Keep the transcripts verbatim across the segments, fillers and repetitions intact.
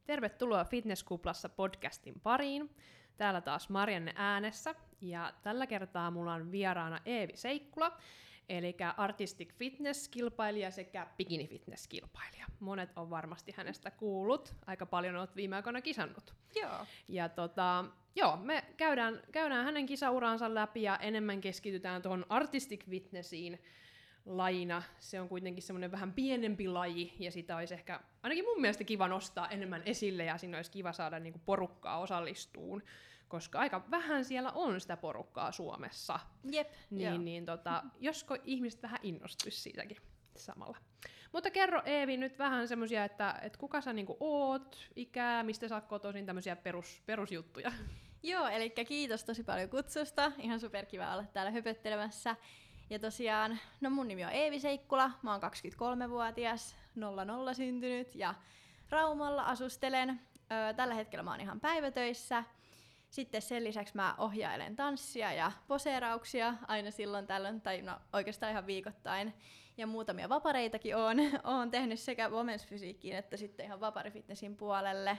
Tervetuloa Fitnesskuplassa podcastin pariin. Täällä taas Marianne äänessä, ja tällä kertaa mulla on vieraana Eevi Seikkula, eli Artistic Fitness-kilpailija sekä Bikini Fitness-kilpailija. Monet on varmasti hänestä kuullut, aika paljon olet viime aikoina kisannut. Joo. Ja tota, joo, me käydään, käydään hänen kisauransa läpi ja enemmän keskitytään tuohon Artistic Fitnessiin lajina. Se on kuitenkin semmoinen vähän pienempi laji, ja sitä olisi ehkä ainakin mun mielestä kiva nostaa enemmän esille, ja siinä olisi kiva saada niinku porukkaa osallistuun, koska aika vähän siellä on sitä porukkaa Suomessa. Jep, niin, niin tota, josko ihmiset vähän innostuisi siitäkin samalla. Mutta kerro Eevi nyt vähän semmosia, että et kuka sä niinku oot, ikää, mistä sä oot kotoisin, tämmösiä perus, perusjuttuja. Joo, eli kiitos tosi paljon kutsusta. Ihan superkiva olla täällä höpöttelemässä. Ja tosiaan, no mun nimi on Eevi Seikkula, mä oon kaksikymmentäkolmevuotias, nolla nolla syntynyt ja Raumalla asustelen. Öö, tällä hetkellä mä oon ihan päivätöissä. Sitten sen lisäksi mä ohjailen tanssia ja poseerauksia aina silloin tällöin, tai no oikeastaan ihan viikoittain. Ja muutamia vapareitakin oon, oon tehnyt sekä Women's Fysiikkiin että sitten ihan vaparifitnessin puolelle.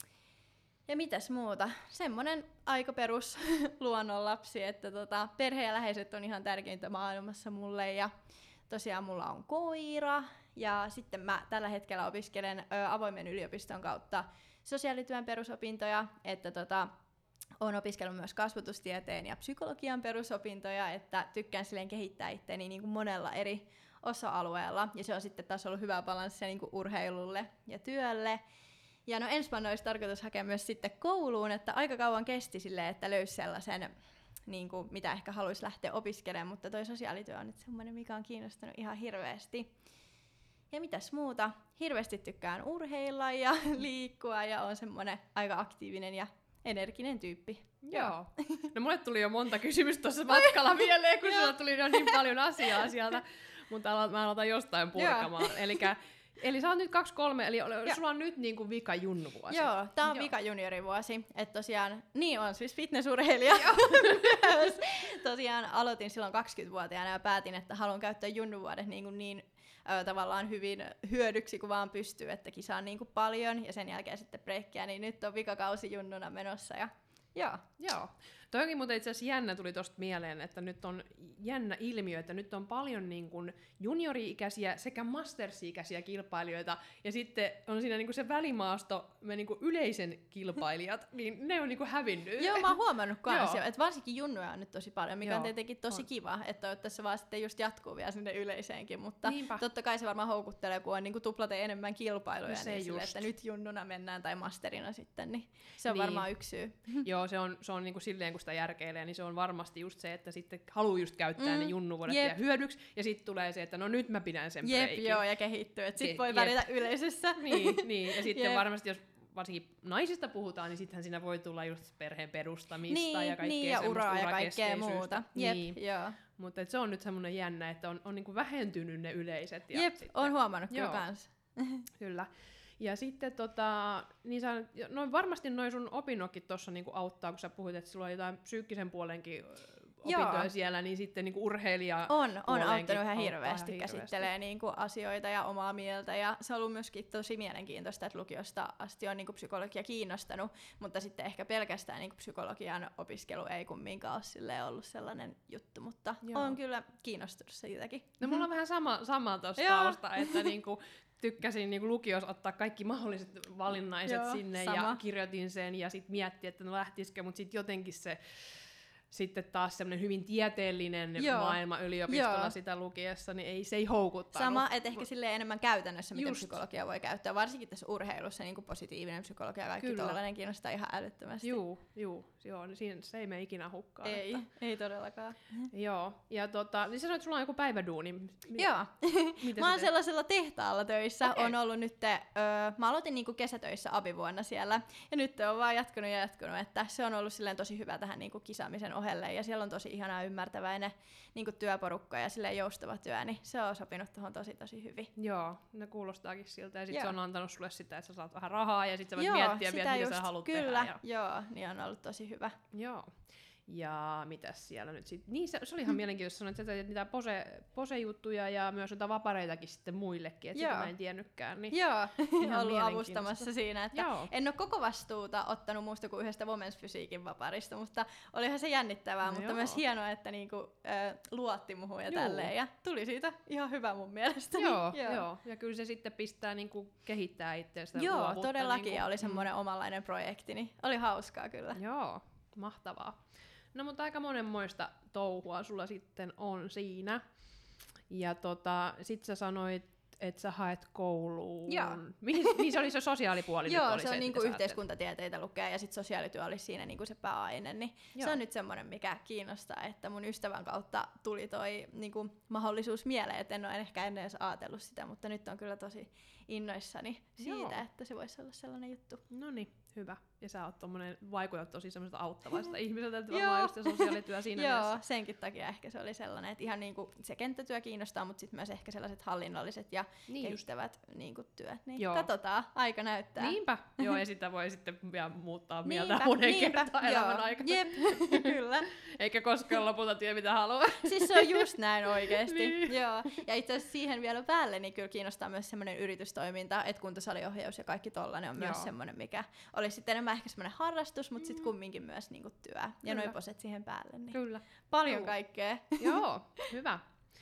Ja mitäs muuta? Semmonen aika perus luonnonlapsi, että tota, perhe ja läheiset on ihan tärkeintä maailmassa mulle. Ja tosiaan mulla on koira, ja sitten mä tällä hetkellä opiskelen ö, avoimen yliopiston kautta sosiaalityön perusopintoja, että tota, oon opiskellut myös kasvatustieteen ja psykologian perusopintoja, että tykkään silleen kehittää itteni niin kuin monella eri osa-alueella, ja se on sitten taas ollut hyvä balanssia niin kuin urheilulle ja työlle. Ja no ensi vuonna olisi tarkoitus hakea myös sitten kouluun, että aika kauan kesti silleen, että löysi sellaisen, niin kuin, mitä ehkä haluaisi lähteä opiskelemaan, mutta toi sosiaalityö on nyt semmoinen, mikä on kiinnostanut ihan hirveästi. Ja mitäs muuta? Hirveästi tykkään urheilla ja liikkua ja on semmoinen aika aktiivinen ja energinen tyyppi. Joo. No mulle tuli jo monta kysymystä tuossa matkalla mieleen, kun sulla tuli jo niin paljon asiaa sieltä, mutta mä aloitan jostain purkamaan. Elikkä Eli sä oot nyt kaksikymmentäkolme, eli Joo. sulla on nyt niinku vika junnuvuosi. Joo, tää on Joo. vika juniorivuosi. Että tosiaan, niin on siis fitnessurheilija myös. Tosiaan aloitin silloin kaksikymmentävuotiaana ja päätin, että haluan käyttää junnuvuodet niin, kuin niin ö, tavallaan hyvin hyödyksi, kun vaan pystyy, että kisaan niin kuin paljon ja sen jälkeen sitten breikkiä, niin nyt on vikakausi junnuna menossa. Ja Joo. Joo. Toi onkin muuten itse asiassa jännä, tuli tosta mieleen, että nyt on jännä ilmiö, että nyt on paljon niin kuin juniori-ikäisiä sekä mastersi-ikäisiä kilpailijoita, ja sitten on siinä niin kuin se välimaasto, me niin kuin yleisen kilpailijat, niin ne on niin kuin hävinnyt. Joo, mä oon huomannut kans jo, että varsinkin junnuja on nyt tosi paljon, mikä Joo, on tietenkin tosi on. kiva, että toivottavasti se vaan sitten just jatkuu vielä sinne yleiseenkin, mutta Niinpä. Totta kai se varmaan houkuttelee, kun on niin kuin tuplate enemmän kilpailuja, no se niin sille, että nyt junnuna mennään tai masterina sitten, niin se on niin. varmaan yksi syy. Joo, se on, se on niinku silleen, kun sitä järkeilee, niin se on varmasti just se, että sitten haluaa just käyttää mm, ne junnuvuodet ja hyödyksi, ja sitten tulee se, että no nyt mä pidän sen Jep, breikin. joo, ja kehittyy, että sit Jep. voi pärjätä yleisössä. Niin, niin, ja sitten Jep. varmasti, jos varsinkin naisista puhutaan, niin sittenhän siinä voi tulla just perheen perustamista niin, ja kaikkea niin, ja semmoista uraa ja kaikkea muuta. Jep, niin. joo. Mutta se on nyt semmoinen jännä, että on, on niinku vähentynyt ne yleiset. Ja Jep, sitten, on huomannut kyllä joo. kans. Kyllä. Ja sitten tota, niin sä, noin varmasti noin sun opinnotkin tuossa niinku auttaa, kun sä puhuit, että sulla on jotain psyykkisen puolenkin opintoja Joo. siellä, niin sitten niinku urheilija On, on auttanut ihan hirveästi, hirveästi. Käsittelee niinku asioita ja omaa mieltä, ja se on ollut myöskin tosi mielenkiintoista, että lukiosta asti on niinku psykologia kiinnostanut, mutta sitten ehkä pelkästään niinku psykologian opiskelu ei kumminkaan ole ollut sellainen juttu, mutta Joo. on kyllä kiinnostunut siitäkin. No mulla on vähän sama, sama tuossa tausta, että niinku tykkäsin niin lukiossa ottaa kaikki mahdolliset valinnaiset Joo, sinne sama. ja kirjoitin sen ja sitten miettii, että no lähtisikö, mutta sitten jotenkin se sitten taas semmoinen hyvin tieteellinen Joo. maailma yliopistolla Joo. sitä lukiessa, niin ei, se ei houkuttanut. Sama, että ehkä silleen enemmän käytännössä, miten Just. psykologia voi käyttää, varsinkin tässä urheilussa, niin kuin positiivinen psykologia ja kaikki tollainen kiinnostaa ihan älyttömästi. Juu, juu, joo, niin siinä, se ei mene ikinä hukkaan. Ei, että... ei todellakaan. Joo, ja tota, niin sanoit, että sulla on joku päiväduuni. Mi- Joo, mä oon sellaisella tehtaalla töissä, okay. on ollut nyt, öö, mä aloitin niinku kesätöissä abivuonna siellä, ja nyt on vaan jatkunut ja jatkunut, että se on ollut silleen tosi hyvä tähän niinku kisaamisen ohelle, ja siellä on tosi ihanaa ymmärtäväinen niinku työporukka ja silleen joustava työ, niin se on sopinut tuohon tosi tosi hyvin. Joo, ne kuulostaakin siltä, ja sitten se on antanut sulle sitä, että sä saat vähän rahaa, ja sitten sä voit Joo, miettiä vielä, mitä just, sä haluat kyllä, tehdä. Kyllä, niin on ollut tosi hyvä. Joo. Ja mitäs siellä nyt sitten? Niin se, se oli ihan mm. mielenkiintoista sanoa, että sä teet niitä pose, pose-juttuja ja myös jotain vapareitakin sitten muillekin, että sitä mä en tiennytkään. Niin joo, ollut avustamassa siinä, että Joo. en ole koko vastuuta ottanut muusta kuin yhdestä Women's Physiquein vaparista, mutta olihan se jännittävää, no mutta joo. myös hienoa, että niinku, äh, luotti muhun ja Juu. tälleen, ja tuli siitä ihan hyvä mun mielestä. Joo, joo. joo, ja kyllä se sitten pistää niinku kehittää itseästä Joo, luovuutta. todellakin, niinku, ja oli semmoinen mm. omanlainen projekti, niin oli hauskaa kyllä. Joo, mahtavaa. No mutta aika monenmoista touhua sulla sitten on siinä. Ja tota, sit sä sanoit, että sä haet kouluun. Joo. Mihin, mihin se oli se sosiaalipuoli? Joo, oli se on se, niinku yhteiskuntatieteitä lukea ja sit sosiaalityö oli siinä niinku se pääaine. Niin se on nyt semmoinen, mikä kiinnostaa, että mun ystävän kautta tuli toi niinku mahdollisuus mieleen, että en ole ehkä ennen edes ajatellut sitä, mutta nyt on kyllä tosi innoissani siitä, Joo. että se voisi olla sellainen juttu. No niin, hyvä. Ja sä oot tommonen, vaikutat tosi semmoiselta auttavasta ihmiseltä, että varmaan just se sosiaalityö siinä Joo, mielessä. senkin takia ehkä se oli sellainen, että ihan niinku se kenttätyö kiinnostaa, mutta sitten myös ehkä sellaiset hallinnolliset ja niin kehittävät niinku työt. Niin Joo. katsotaan, aika näyttää. Niinpä, joo, ja sitä voi sitten vielä muuttaa mieltä monen kertaa elämän aikana. Jep, kyllä. Eikä koskaan lopulta työ mitä haluaa. Siis se on just näin oikeesti. niin. Joo. Ja itse asiassa siihen vielä päälle niin kyllä kiinnostaa myös semmoinen yritystoiminta, että kuntosaliohjaus ja kaikki tollainen on Joo. myös semmoinen, mikä olisi sitten enemmän ehkä semmoinen harrastus, mutta sitten kumminkin myös niinku työ. Ja Kyllä. noi poset siihen päälle. Niin Kyllä. Paljon Joo. kaikkea. Joo, hyvä.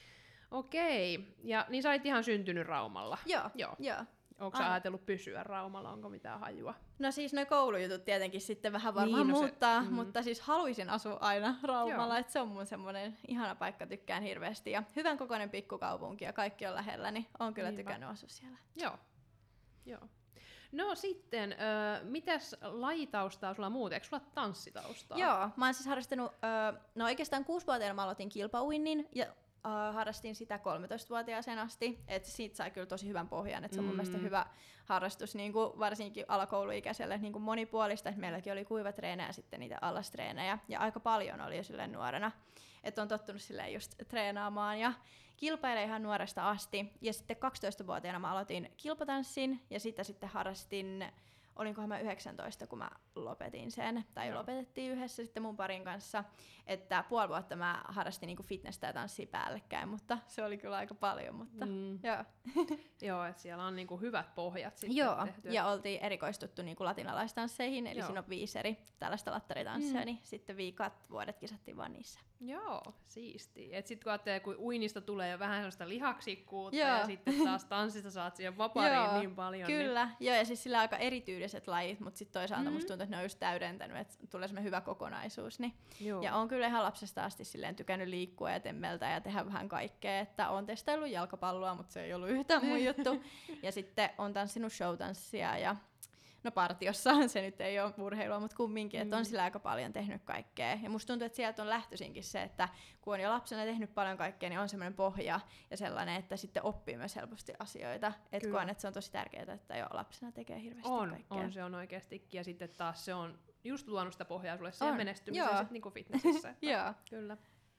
Okei. Ja niin sä olit ihan syntynyt Raumalla. Joo. Joo. Joo. Onko sä ajatellut pysyä Raumalla? Onko mitään hajua? No siis noi koulujutut tietenkin sitten vähän varmaan niin, no muuttaa, se, mm. mutta siis haluaisin asua aina Raumalla, että se on mun semmoinen ihana paikka, tykkään hirveästi. Ja hyvän kokoinen pikkukaupunki ja kaikki on lähellä, niin on kyllä Niinpä. tykännyt asua siellä. Joo. Joo. No sitten, äh, mitäs lajitaustaa sulla muuten? Eikö sulla tanssitaustaa? Joo, mä oon siis harrastanut, äh, no oikeastaan kuusivuotiaana mä aloitin kilpauinnin ja Uh, harrastin sitä kolmetoistavuotiaaseen asti, että siitä sai kyllä tosi hyvän pohjan, että se on mun mm. mielestä hyvä harrastus, niin kuin varsinkin alakouluikäiselle niin kuin monipuolista, että meilläkin oli kuivatreenejä ja sitten niitä allastreenejä, ja aika paljon oli jo silleen nuorena, että on tottunut silleen just treenaamaan ja kilpailemaan ihan nuoresta asti, ja sitten kaksitoistavuotiaana mä aloitin kilpatanssin, ja sitä sitten harrastin, olinkohan mä yhdeksäntoista, kun mä lopetin sen, tai Joo. lopetettiin yhdessä sitten mun parin kanssa, että puoli vuotta mä harrastin niinku fitnessä ja tanssia päällekkäin, mutta se oli kyllä aika paljon, mutta mm. joo. Joo, että siellä on niinku hyvät pohjat sitten Joo, tehty. ja oltiin erikoistuttu niinku latinalaistansseihin, eli Joo. siinä on viisi eri tällaista lattaritansseja, mm. niin sitten viikat vuodet kisattiin vaan niissä. Joo, siistiä. Et sit kun ajattelee, kun uinnista tulee jo vähän sellaista lihaksikkuutta, Joo. ja sitten taas tanssista saat siihen vapariin Joo, niin paljon. Kyllä, niin... joo, ja siis sillä on aika erityyliset lajit, mutta sitten toisaalta mm. musta tuntuu, että ne on just täydentänyt, että tulee semmoinen hyvä kokonaisuus. Niin. Ja on kyllä ihan lapsesta asti silleen tykännyt liikkua ja temmeltä ja tehdä vähän kaikkea, että on testaillut jalkapalloa, mutta se ei ollut yhtään mun juttu. Ja sitten on tanssinut showtanssia ja no partiossahan se nyt ei ole urheilua, mutta kumminkin, että on mm. sillä aika paljon tehnyt kaikkea. Ja musta tuntuu, että sieltä on lähtöisinkin se, että kun on jo lapsena tehnyt paljon kaikkea, niin on semmoinen pohja ja sellainen, että sitten oppii myös helposti asioita. Että koen, että se on tosi tärkeää, että jo lapsena tekee hirveästi on, kaikkea. On, se on oikeastikin. Ja sitten taas se on just luonut sitä pohjaa sulle siihen menestymiseen Joo. sit niinku fitnessissä. Joo. Kyllä.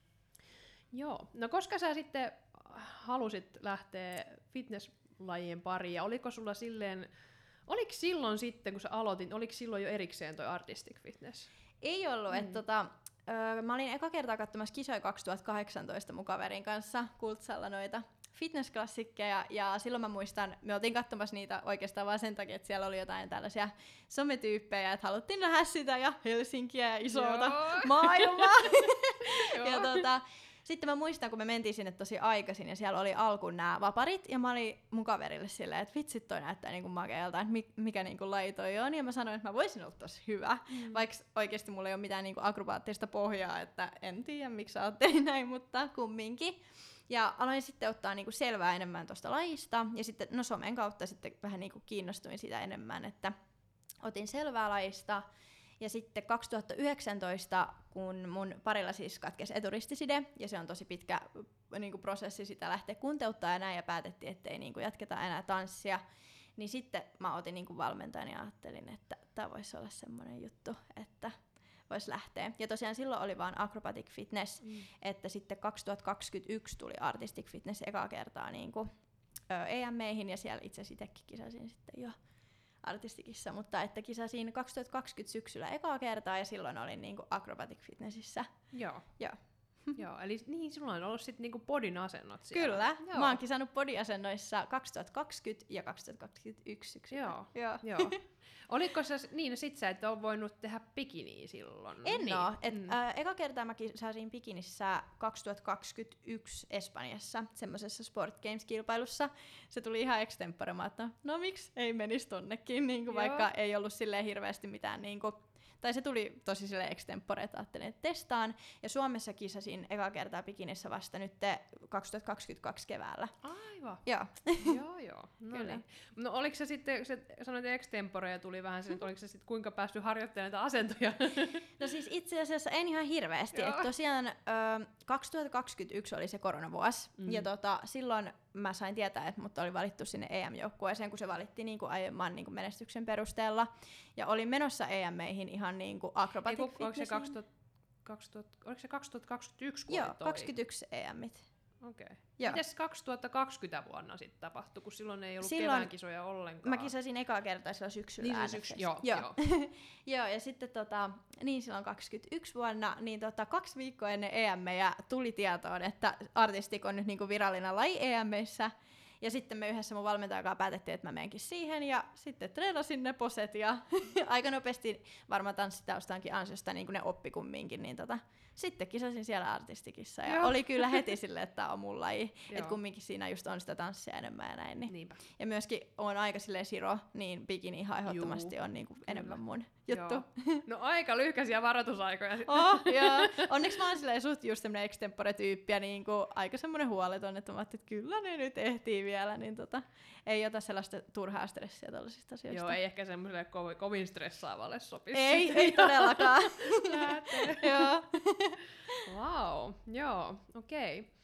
Joo. No koska sä sitten halusit lähteä fitnesslajien pariin, ja oliko sulla silleen, oliko silloin sitten, kun sä aloitin, oliko silloin jo erikseen toi artistic fitness? Ei ollut, mm. että tota, öö, mä olin eka kertaa katsomassa kisoja kaksituhattakahdeksantoista mun kaverin kanssa Kultsalla noita fitnessklassikkeja, ja silloin mä muistan, me oltiin katsomassa niitä oikeastaan vaan sen takia, että siellä oli jotain tällaisia sometyyppejä, että haluttiin nähdä sitä ja Helsinkiä ja isolta maailmaa. ja tota, sitten mä muistan, kun me mentiin sinne tosi aikaisin ja siellä oli alkuun nämä vaparit ja mä olin mun kaverille silleen, että vitsit toi näyttää niinku makealta, että mikä niinku laji toi on. Ja mä sanoin, että mä voisin olla tosi hyvä, mm. vaikka oikeasti mulla ei ole mitään niinku akrobaattista pohjaa, että en tiedä miksi ajattelin näin, mutta kumminkin. Ja aloin sitten ottaa niinku selvää enemmän tuosta lajista ja sitten no somen kautta sitten vähän niinku kiinnostuin sitä enemmän, että otin selvää lajista. Ja sitten kaksituhattayhdeksäntoista, kun mun parilla siis katkesi eturistiside, ja se on tosi pitkä niin kuin prosessi sitä lähteä kunteuttaa ja näin, ja päätettiin, ettei niin kuin jatketa enää tanssia, niin sitten mä otin niin kuin valmentajan ja ajattelin, että tämä voisi olla semmoinen juttu, että voisi lähteä. Ja tosiaan silloin oli vaan acrobatic fitness, mm. että sitten kaksituhattakaksikymmentäyksi tuli artistic fitness ekaa kertaa niin kuin E M-meihin, ja siellä itse asiassa itsekin kisasin sitten jo artistikissa, mutta että kisasin kaksituhattakaksikymmentä syksyllä ekaa kertaa ja silloin olin niinku acrobatic fitnessissä. Joo. Joo. Joo, eli niin silloin on ollut sitten niinku bodin asennot siellä. Kyllä, Joo. mä oon kisannut body-asennoissa kaksituhattakaksikymmentä ja kaksituhattakaksikymmentäyksi syksyllä. Joo, Joo. joo. Oliko se niin, sit sä et ole voinut tehdä bikiniä silloin? En niin. oo. Et, mm. ä, eka kertaa mä kisasin bikinissä kaksituhattakaksikymmentäyksi Espanjassa, semmosessa Sport Games-kilpailussa. Se tuli ihan extempore, mä että no miksi ei menis tonnekin, niinku, vaikka ei ollut silleen hirveästi mitään niinku, tai se tuli tosi silleen extempore, että ajattelin, että testaan. Ja Suomessa kisasin eka kertaa bikinissä vasta nyt kaksituhattakaksikymmentäkaksi keväällä. Aivan. Joo. joo, joo. No, Kyllä. niin. No oliko se sitten, se sanoit extempore ja tuli vähän sen, että oliko se sitten kuinka päästy harjoittelemaan näitä asentoja? No siis itse asiassa en ihan hirveästi. Et tosiaan ö, kaksituhattakaksikymmentäyksi oli se koronavuosi. Mm. Ja tota, silloin mä sain tietää, että mut oli valittu sinne E M-joukkueeseen, kun se valittiin niinku aiemman niinku menestyksen perusteella. Ja olin menossa E M-meihin ihan niinku acrobatic Eiku, oliko se fitnessin. kaksituhatta, kaksituhatta, oliko se kaksituhattakaksikymmentäyksi, kun Joo, oli toi? kaksikymmentäyksi E M-it. Okei. Okay. Joo. Mites kaksituhattakaksikymmentä vuonna sitten tapahtui, kun silloin ei ollut Silloin kevään kisoja ollenkaan? Mä kisasin ekaa kertaa silloin syksyllä. Niin se N F S:ssä. syksy, joo, joo. joo. Joo, ja sitten tota, niin silloin kaksikymmentäyksi vuonna, niin tota, kaksi viikkoa ennen E M:jä tuli tietoon, että Artistic on nyt niinku virallinen laji E M:issä. Ja sitten me yhdessä mun valmentajan kanssa päätettiin, että mä menenkin siihen, ja sitten treenasin ne poset, ja aika nopeasti varmaan tanssitaustankin ansiosta niin kuin ne oppi kumminkin, niin tota, sitten kisasin siellä Artistikissa, ja Joo. oli kyllä heti silleen, että tää on mun laji, että Joo. kumminkin siinä just on sitä tanssia enemmän ja näin. Niin. Niinpä. Ja myöskin on aika silleen siro, niin bikini ihan ehdottomasti Juu, on niinku kyllä. enemmän mun juttu. Joo. No aika lyhkäisiä varoitusaikoja sitten. Oh, joo. Onneksi mä oon silleen suht just semmonen extempore-tyyppi ja niinku aika semmonen huoleton, että mä ajattelin, että kyllä ne nyt ehtii vielä, niin tota, ei ota sellaista turhaa stressiä tollasista asioista. Joo, ei ehkä semmoiselle kovin, kovin stressaavalle sopisi. Ei, ei todellakaan. Joo. Wow, joo, okei. Okay.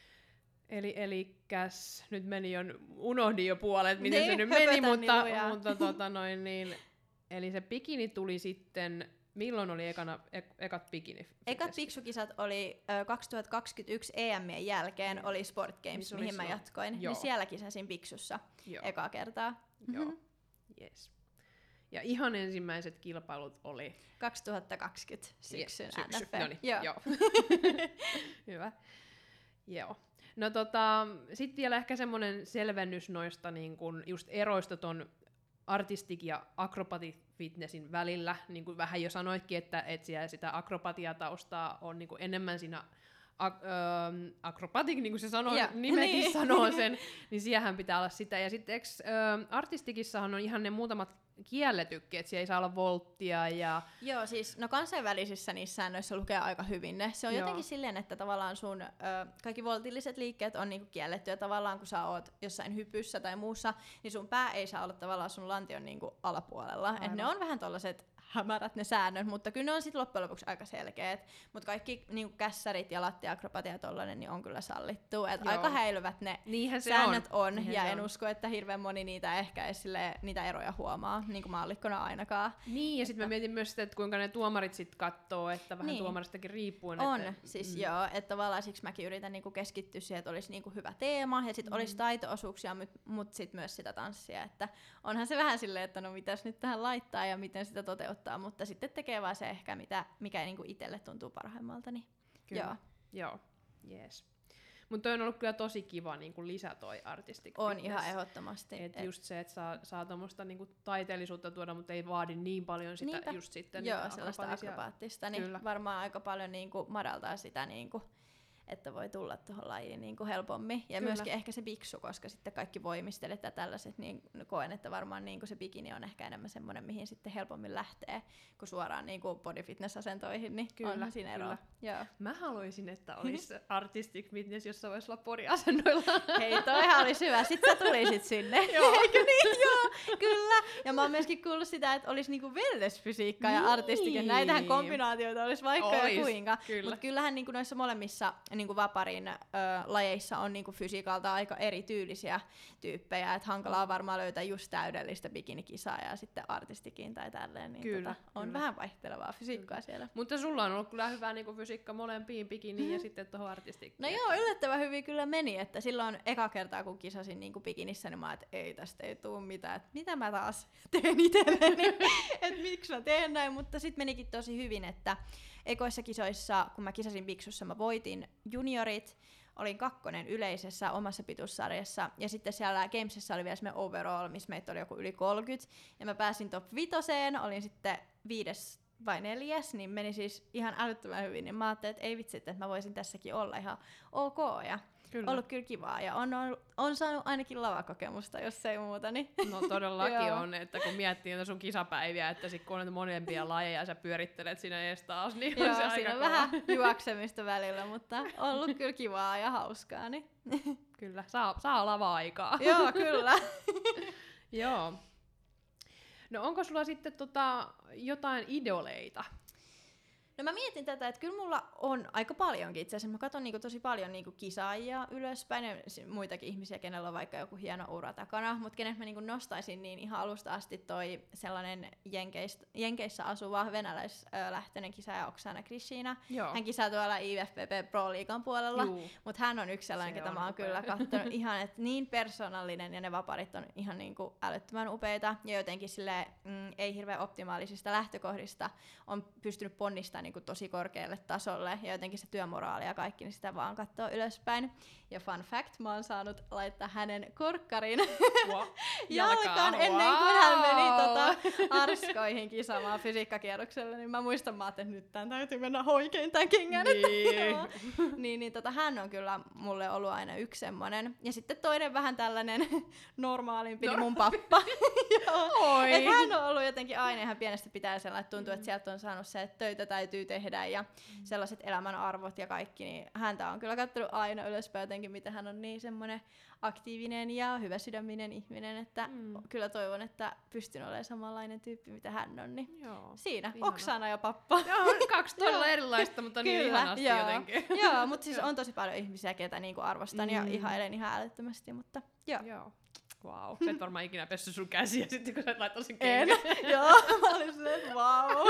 Eli elikkäs, nyt meni jo, unohdin jo puolet, miten Niin, se nyt meni, höpötän mutta, niin lujaa. mutta tota noin niin, eli se bikini tuli sitten, milloin oli ekana, ek, ekat bikini? Ekat piksukisat oli ö, kaksituhattakaksikymmentäyksi E M:ien jälkeen oli Sport Games, Niin se oli mihin mä silloin. jatkoin. Joo. Niin siellä kisasin piksussa Joo, ekaa kertaa. joo, Mhm. yes. Ja ihan ensimmäiset kilpailut oli kaksituhattakaksikymmentä syksyn Yes, syksy. N F L. Noniin, Joo. joo. Hyvä. Joo. No tota, sit vielä ehkä semmonen selvennys noista niin kun just eroista ton artistic ja acrobatic fitnessin välillä. Niin kuin vähän jo sanoitkin, että et siellä sitä akrobatiataustaa on niin kuin enemmän siinä ak- öö, acrobatic, niin kuin se sanoo, Ja, nimekin niin. sanoo sen, niin siellähän pitää olla sitä. Ja sitten eks, öö, artistikissahan on ihan ne muutamat kielletykki, että siellä ei saa olla volttia ja Joo, siis no kansainvälisissä niissä säännöissä lukee aika hyvin ne. Se on Joo. jotenkin silleen, että tavallaan sun ö, kaikki voltilliset liikkeet on niinku kielletty ja tavallaan kun sä oot jossain hypyssä tai muussa, niin sun pää ei saa olla tavallaan sun lantion niinku alapuolella. Et ne on vähän tollaset hämärät ne säännöt, mutta kyllä ne on sitten loppujen lopuksi aika selkeät. Mutta kaikki niinku kässärit ja lattiakrobatia ja tollanen niin on kyllä sallittu. Et Joo. aika häilyvät ne niinhän se säännöt on. on, Niinhän ja se en on. usko, että hirveän moni niitä ehkä edes silleen, niitä eroja huomaa, niin kuin maallikkona ainakaan. Niin, ja sitten mä mietin myös sitä, että kuinka ne tuomarit sitten katsoo, että vähän Niin. tuomaristakin riippuen. On, että, siis mm. joo, että tavallaan siksi mäkin yritän niinku keskittyä siihen, että olisi niinku hyvä teema, ja sitten mm. olisi taito-osuuksia, mutta mut sitten myös sitä tanssia, että onhan se vähän silleen, että no mitäs nyt tähän laittaa ja miten sitä toteuttaa, mutta sitten tekee vaan se ehkä, mitä, mikä niinku itselle tuntuu parhaimmalta, niin Kyllä. joo. Joo, yes. Mutta toi on ollut kyllä tosi kiva niin kuin lisä toi artistic On fitness. ihan ehdottomasti. Et Et- just se, että saa, saa tommoista niinku taiteellisuutta tuoda, mutta ei vaadi niin paljon sitä Niinpä. just sitten. Joo, niitä sellaista akrobaattisia- akrobaattista, niin Kyllä. varmaan aika paljon niinku madaltaa sitä, niinku, että voi tulla tuohon lajiin niinku helpommin. Ja Kyllä. myöskin ehkä se biksu, koska sitten kaikki voimistelet ja tällaiset, niin koen, että varmaan niinku se bikini on ehkä enemmän semmoinen, mihin sitten helpommin lähtee, kuin suoraan niinku body fitness-asentoihin, niin Kyllä, onhan siinä eroa. Joo. Mä haluaisin, että olisi artistic fitness, jossa voisi olla podiasennoilla. Hei, toihan olisi hyvä. Sitten sä tulisit sinne. Joo. Eikö niin? Joo, kyllä. Ja mä oon myöskin kuullut sitä, että olisi niinku wellness-fysiikka ja Niin. artistik. Ja näitähän kombinaatioita olisi vaikka Ois, ja kuinka. kyllä. Mutta kyllähän niinku noissa molemmissa, niin niinku vaparin ö, lajeissa on niinku fysiikalta aika erityylisiä tyyppejä, että hankalaa varmaan löytää just täydellistä bikinikisaa ja sitten artistikin tai tälleen, niin Kyllä, tota, on kyllä. vähän vaihtelevaa fysiikkaa Kyllä. siellä. Mutta sulla on ollut kyllä hyvä niinku fysiikka molempiin bikiniin ja sitten tuohon artistikkiin. No joo, yllättävän hyvin kyllä meni, että silloin eka kertaa kun kisasin niinku bikinissä, niin mä että ei tästä ei tule mitään, että mitä mä taas teen itselleni, että miksi mä teen näin, mutta sitten menikin tosi hyvin, että ekoissa kisoissa, kun mä kisasin biksussa, mä voitin juniorit, olin kakkonen yleisessä omassa pituussarjassa, ja sitten siellä Gamesissa oli vielä semmoinen overall, missä meitä oli joku yli kolmekymmentä, ja mä pääsin top vitoseen, olin sitten viides vai neljäs, niin meni siis ihan älyttömän hyvin, niin mä ajattelin, että ei vitsi, että mä voisin tässäkin olla ihan ok, ja Kyllä. ollut kyllä kivaa, ja on, on, on saanut ainakin lavakokemusta, jos ei muuta, niin No todellakin Joo. on, että kun miettii niitä sun kisapäiviä, että sit kun on molempia lajeja ja sä pyörittelet siinä ees taas, niin on joo, se aika siinä on kova. vähän juoksemista välillä, mutta ollut kyllä kivaa ja hauskaa, niin Kyllä, saa, saa lava-aikaa. joo, kyllä. Joo. No onko sulla sitten tota, jotain idoleita? No mä mietin tätä, että kyllä mulla on aika paljonkin itse asiassa. Mä katson niinku tosi paljon niinku kisaajia ylöspäin ja muitakin ihmisiä, kenellä on vaikka joku hieno ura takana, mutta kenet mä niinku nostaisin, niin ihan alusta asti toi sellainen Jenkeist, Jenkeissä asuva venäläislähtöinen kisaaja Oksana Krishina. Joo. Hän kisaa tuolla I F B B Pro Liigan puolella, Juu. mutta hän on yksi sellainen, Se ketä on mä oon upea. kyllä katsonut ihan, että niin persoonallinen ja ne vaparit on ihan niinku älyttömän upeita ja jotenkin silleen, mm, ei hirveän optimaalisista lähtökohdista on pystynyt ponnistamaan niinku tosi korkealle tasolle ja jotenkin se työmoraali ja kaikki, niin sitä vaan katsoo ylöspäin. Ja fun fact, mä oon saanut laittaa hänen korkkarin Wow. jalkaan ennen kuin hän meni tota, arskoihin kisaamaan fysiikkakierrokselle, niin mä muistan, mä ajattelin, että nyt tän täytyy mennä oikein tän kengän. Niin. Joo. niin, niin tota, hän on kyllä mulle ollut aina yksi semmonen. Ja sitten toinen vähän tällainen normaalimpi, niin mun pappa. Joo. Oi. Et hän on ollut jotenkin aina ihan pienestä pitää sellainen, että tuntuu, että sieltä on saanut se, että töitä täytyy tehdä ja sellaiset elämän arvot ja kaikki, niin häntä on kyllä katsonut aina ylöspäin jotenkin, mitä hän on niin semmoinen aktiivinen ja hyväsydäminen ihminen, että Mm. kyllä toivon, että pystyn olemaan samanlainen tyyppi, mitä hän on, niin Joo. siinä, Ihana. Oksana ja pappa. Joo, kaksi todella erilaista, mutta niin Kyllä, ihanasti joo. jotenkin. Joo, mutta siis on tosi paljon ihmisiä, ketä niinku arvostan mm. ja Mm. ihailen ihan älyttömästi, mutta joo. Joo. Wow. Sä et varmaan ikinä pessy sun käsiä sitten, kun sä et laittaa sen En. kengän. Joo, mä olin silleen, että vau.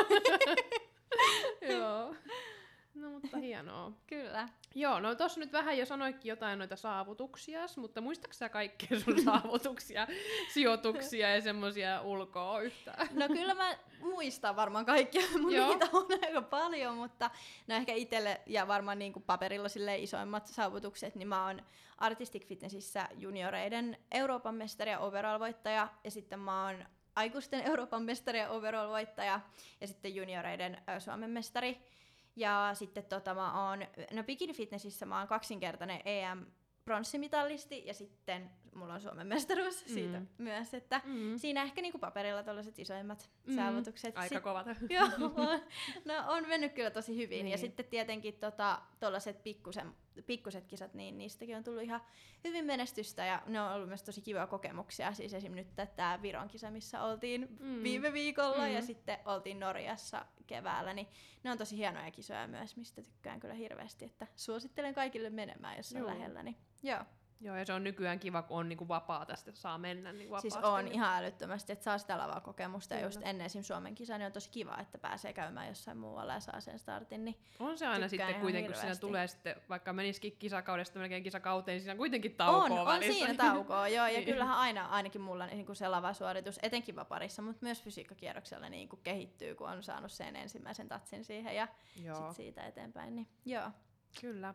Joo. No mutta hienoa. Kyllä. Joo, no tossa nyt vähän jo sanoitkin jotain noita saavutuksia, mutta muistatko sä kaikkia sun saavutuksia, sijoituksia ja semmosia ulkoa yhtään? No kyllä mä muistan varmaan kaikkia, mun Joo. niitä on aika paljon, mutta no ehkä itselle ja varmaan niin kuin paperilla silleen isoimmat saavutukset, niin mä oon Artistic Fitnessissä junioreiden Euroopan mestari ja overall-voittaja, ja sitten mä oon aikuisten Euroopan mestari ja overall-voittaja, ja sitten junioreiden ö, Suomen mestari. Ja sitten tota mä oon, no bikini fitnessissä mä oon kaksinkertainen E M pronssimitalisti ja sitten mulla on Suomen mestaruus Mm. siitä myös, että Mm. siinä ehkä niinku paperilla tällaiset isoimmat Mm. saavutukset. Aika Sit- kovat. Joo, on, no on mennyt kyllä tosi hyvin. Niin. Ja sitten tietenkin tota, tollaset pikkusen, pikkuset kisat, niin niistäkin on tullut ihan hyvin menestystä ja ne on ollut myös tosi kivoja kokemuksia. Siis esimerkiksi nyt tämä Viron kisa, missä oltiin Mm. viime viikolla Mm. ja sitten oltiin Norjassa keväällä, niin ne on tosi hienoja kisoja myös, mistä tykkään kyllä hirveästi, että suosittelen kaikille menemään, jos on Joo. lähellä. Niin joo. Joo, ja se on nykyään kiva, kun on niinku vapaa tästä, saa mennä niinku vapaasti. Siis on ihan älyttömästi, että saa sitä lavaa kokemusta ja Kyllä. just ennen esim. Suomen kisaa, niin on tosi kiva, että pääsee käymään jossain muualla ja saa sen startin. Niin On se aina tykkään sitten ihan kuitenkin, kun siinä hirveästi. tulee sitten, vaikka menisikin kisakaudesta melkein kisakauteen, niin siinä on kuitenkin taukoa on, on välissä. siinä taukoa, joo, ja Niin. kyllähän aina, ainakin mulla niin kuin se lavasuoritus, etenkin vaparissa, mutta myös fysiikkakierroksella niin kuin kehittyy, kun on saanut sen ensimmäisen tatsin siihen ja Joo, sit siitä eteenpäin, niin joo. kyllä.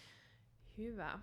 Hyvä.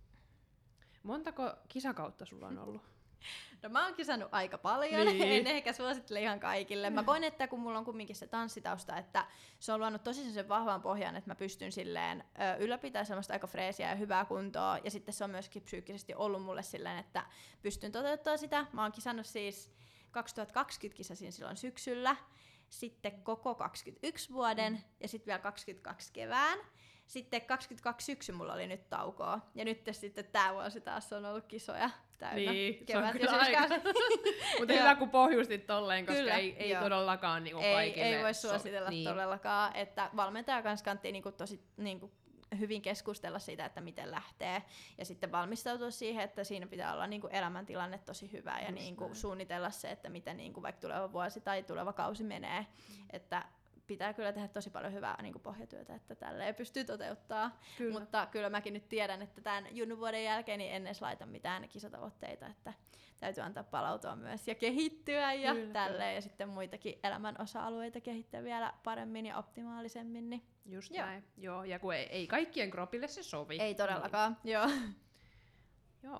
Montako kisakautta sulla on ollut? No mä oon kisannut aika paljon, Niin. en ehkä suosittele ihan kaikille. Mä koen, että kun mulla on kumminkin se tanssitausta, että se on luonut tosi sen vahvan pohjan, että mä pystyn silleen ö, ylläpitämään semmoista aika freesiä ja hyvää kuntoa. Ja sitten se on myöskin psyykkisesti ollut mulle silleen, että pystyn toteuttamaan sitä. Mä oon kisannut siis kaksituhattakaksikymmentä kisasin silloin syksyllä, sitten koko kaksikymmentäyksi vuoden mm. ja sitten vielä kaksikymmentäkaksi kevään. Sitten kaksikymmentäkaksi syksy mulla oli nyt taukoa. Ja nyt sitten tää vuosi taas on ollut kisoja täynnä. Niin, se on Kevät ja kyllä aika. syyskausi. Mutta Joo. hyvä, kun pohjustit tolleen, koska Kyllä, ei, ei joo. todellakaan niinku ei, kaikille ei voi so- suositella niin. todellakaan, että valmentaja kanssa kantti niinku tosi niinku hyvin keskustella siitä, että miten lähtee, ja sitten valmistautua siihen, että siinä pitää olla niin kuin elämäntilanne tosi hyvä, ja niin kuin suunnitella se, että miten niin kuin vaikka tuleva vuosi tai tuleva kausi menee, mm. että pitää kyllä tehdä tosi paljon hyvää niin kuin pohjatyötä, että tälleen pystyy toteuttaa. Kyllä. Mutta kyllä mäkin nyt tiedän, että tämän junnuvuoden jälkeen niin en edes laita mitään kisatavoitteita, että täytyy antaa palautua myös ja kehittyä ja kyllä, tälleen. Kyllä. Ja sitten muitakin elämän osa-alueita kehittää vielä paremmin ja optimaalisemmin. Niin. Just joo. näin. Joo, ja kun ei, ei kaikkien kropille se sovi. Ei todellakaan, niin. joo. Joo.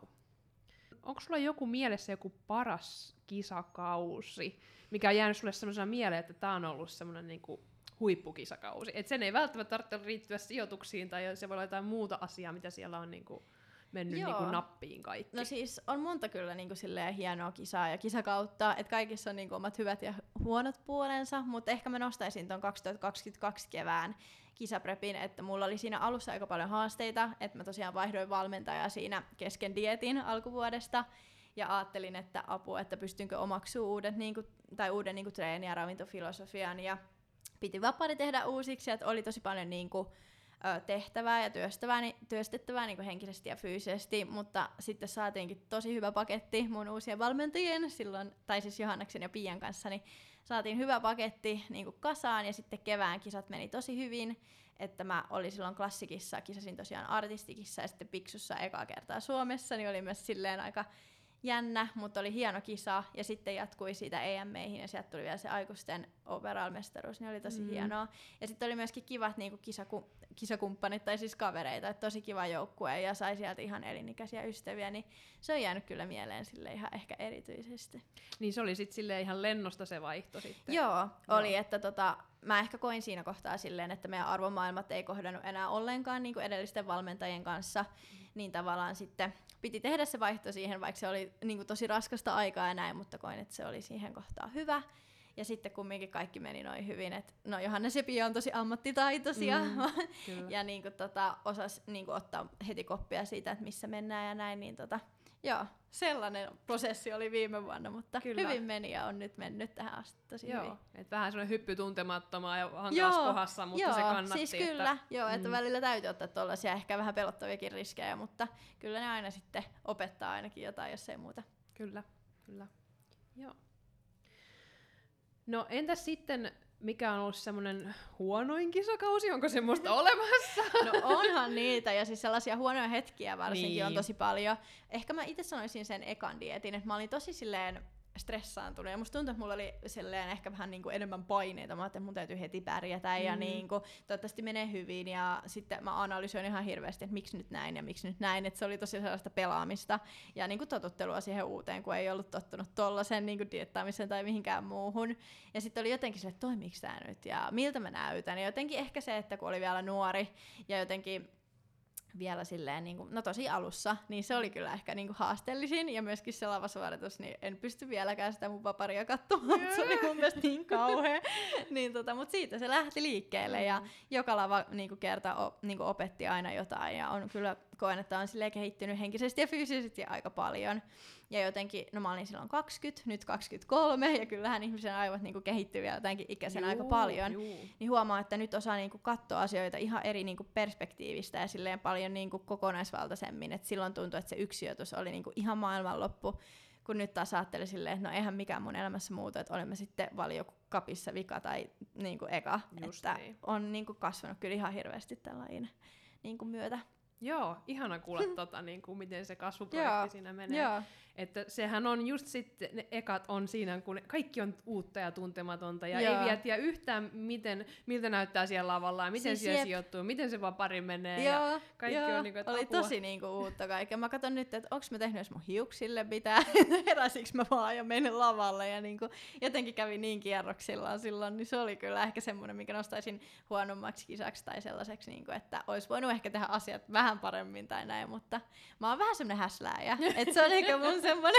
Onko sulla joku mielessä joku paras kisakausi, mikä on jäänyt sulle semmoisena mieleen, että tää on ollut semmoinen niinku huippukisakausi? Et sen ei välttämättä tarvitse riittyä sijoituksiin, tai se voi olla jotain muuta asiaa, mitä siellä on niinku mennyt niinku nappiin kaikki. No siis on monta kyllä niinku silleen hienoa kisaa ja kisakautta, että kaikissa on niinku omat hyvät ja huonot puolensa, mutta ehkä mä nostaisin ton kaksituhattakaksikymmentäkaksi kevään kisaprepin, että mulla oli siinä alussa aika paljon haasteita, että mä tosiaan vaihdoin valmentajaa siinä kesken dieetin alkuvuodesta, ja ajattelin, että apua, että pystynkö omaksumaan uudet, niinku, tai uuden niinku, treeni- ja ravintofilosofian, ja piti vapaari tehdä uusiksi, että oli tosi paljon niinku, tehtävää ja työstävää, työstettävää niinku henkisesti ja fyysisesti, mutta sitten saatiinkin tosi hyvä paketti mun uusien valmentajien, silloin, tai siis Johanneksen ja Pian kanssa, niin saatiin hyvä paketti niinku kasaan, ja sitten kevään kisat meni tosi hyvin, että mä olin silloin klassikissa, kisasin tosiaan artistikissa ja sitten Piksussa ekaa kertaa Suomessa, niin oli myös silleen aika jännä, mutta oli hieno kisa, ja sitten jatkui siitä E M-meihin, ja sieltä tuli vielä se aikuisten overall-mestaruus, niin oli tosi mm. hienoa. Ja sitten oli myöskin kivat niinku kisaku- kisakumppanit, tai siis kavereita, että tosi kiva joukkue, ja sai sieltä ihan elinikäisiä ystäviä, niin se on jäänyt kyllä mieleen sille ihan ehkä erityisesti. Niin se oli sitten silleen ihan lennosta se vaihto sitten. Joo, Joo. oli, että tota, mä ehkä koin siinä kohtaa silleen, että meidän arvomaailmat ei kohdannut enää ollenkaan niin kuin edellisten valmentajien kanssa, mm. niin tavallaan sitten piti tehdä se vaihto siihen, vaikka se oli niin kuin tosi raskasta aikaa ja näin, mutta koin, että se oli siihen kohtaan hyvä. Ja sitten kumminkin kaikki meni noin hyvin, että no Johannes ja Pia on tosi ammattitaitoisia mm, ja niin kuin, tota, osas niin kuin, ottaa heti koppia siitä, että missä mennään ja näin, niin tota, joo, sellainen prosessi oli viime vuonna, mutta kyllä. hyvin meni ja on nyt mennyt tähän asti tosi joo, hyvin. Et vähän semmoinen hyppy tuntemattomaa ja hankalassa kohdassa, mutta joo, se kannatti. Siis kyllä, että, joo, että mm. välillä täytyy ottaa tuollaisia ehkä vähän pelottaviakin riskejä, mutta kyllä ne aina sitten opettaa ainakin jotain, jos ei muuta. Kyllä, kyllä. Joo. No entäs sitten, mikä on ollut semmoinen huonoin kisakausi? Onko semmoista olemassa? No onhan niitä, ja siis sellaisia huonoja hetkiä varsinkin niin. on tosi paljon. Ehkä mä itse sanoisin sen ekan dietin, että mä olin tosi silleen stressaantunut, ja musta tuntuu, että mulla oli silleen ehkä vähän niinku enemmän paineita. Mä ajattelin, että mun täytyy heti pärjätä, mm. ja niinku, toivottavasti menee hyvin, ja sitten mä analysoin ihan hirveästi, että miksi nyt näin ja miksi nyt näin, että se oli tosi sellaista pelaamista, ja niinku totuttelua siihen uuteen, kun ei ollut tottunut tollasen niinku diettaamiseen tai mihinkään muuhun, ja sitten oli jotenkin se, että toimiiko tää nyt, ja miltä mä näytän, ja jotenkin ehkä se, että kun oli vielä nuori, ja jotenkin vielä silleen, niin kuin, no tosi alussa, niin se oli kyllä ehkä niin kuin haasteellisin, ja myöskin se lavasuoritus, niin en pysty vieläkään sitä mun vaparia katsomaan, se oli mun mielestä niin kauhea. niin, tota, mutta siitä se lähti liikkeelle, ja joka lava niin kuin kerta o, niin kuin opetti aina jotain, ja on kyllä koen, että on silleen kehittynyt henkisesti ja fyysisesti aika paljon. Ja jotenkin, no mä olin silloin kaksikymmentä, nyt kaksikymmentäkolme, ja kyllähän ihmisen aivot niinku kehittyy vielä jotenkin ikäisen juu, aika paljon. Juu. Niin huomaa, että nyt osaa niinku katsoa asioita ihan eri niinku perspektiivistä ja silleen paljon niinku kokonaisvaltaisemmin. Et silloin tuntui, että se yksi sijoitus oli niinku ihan maailmanloppu, kun nyt taas ajattelin silleen, että no eihän mikään mun elämässä muuta, että olemme sitten valiokapissa vika tai niinku eka. Just että niin. On niinku kasvanut kyllä ihan hirveästi tällainen niinku myötä. Joo, ihana kuulla tota, niin kuin, miten se kasvuprojekti siinä menee. Joo. Että sehän on just sitten, ne ekat on siinä, kun kaikki on uutta ja tuntematonta, ja joo. ei vielä tiedä yhtään, miten, miltä näyttää siellä lavalla, ja miten siis siellä jep. sijoittuu, miten se vapari menee, joo, ja kaikki joo. on niin kuin, että oli apua. Tosi niin kuin, uutta kaikkea. Mä katson nyt, että onko mä tehnyt edes mun hiuksille pitää, heräsikö mä vaan ja menin lavalle, ja niin kuin, jotenkin kävi niin kierroksillaan silloin, niin se oli kyllä ehkä semmoinen, mikä nostaisin huonommaksi kisaksi tai sellaiseksi, niin kuin, että olisi voinut ehkä tehdä asiat vähän paremmin tai näin, mutta mä oon vähän semmoinen häslääjä, että se on ehkä mun semmoinen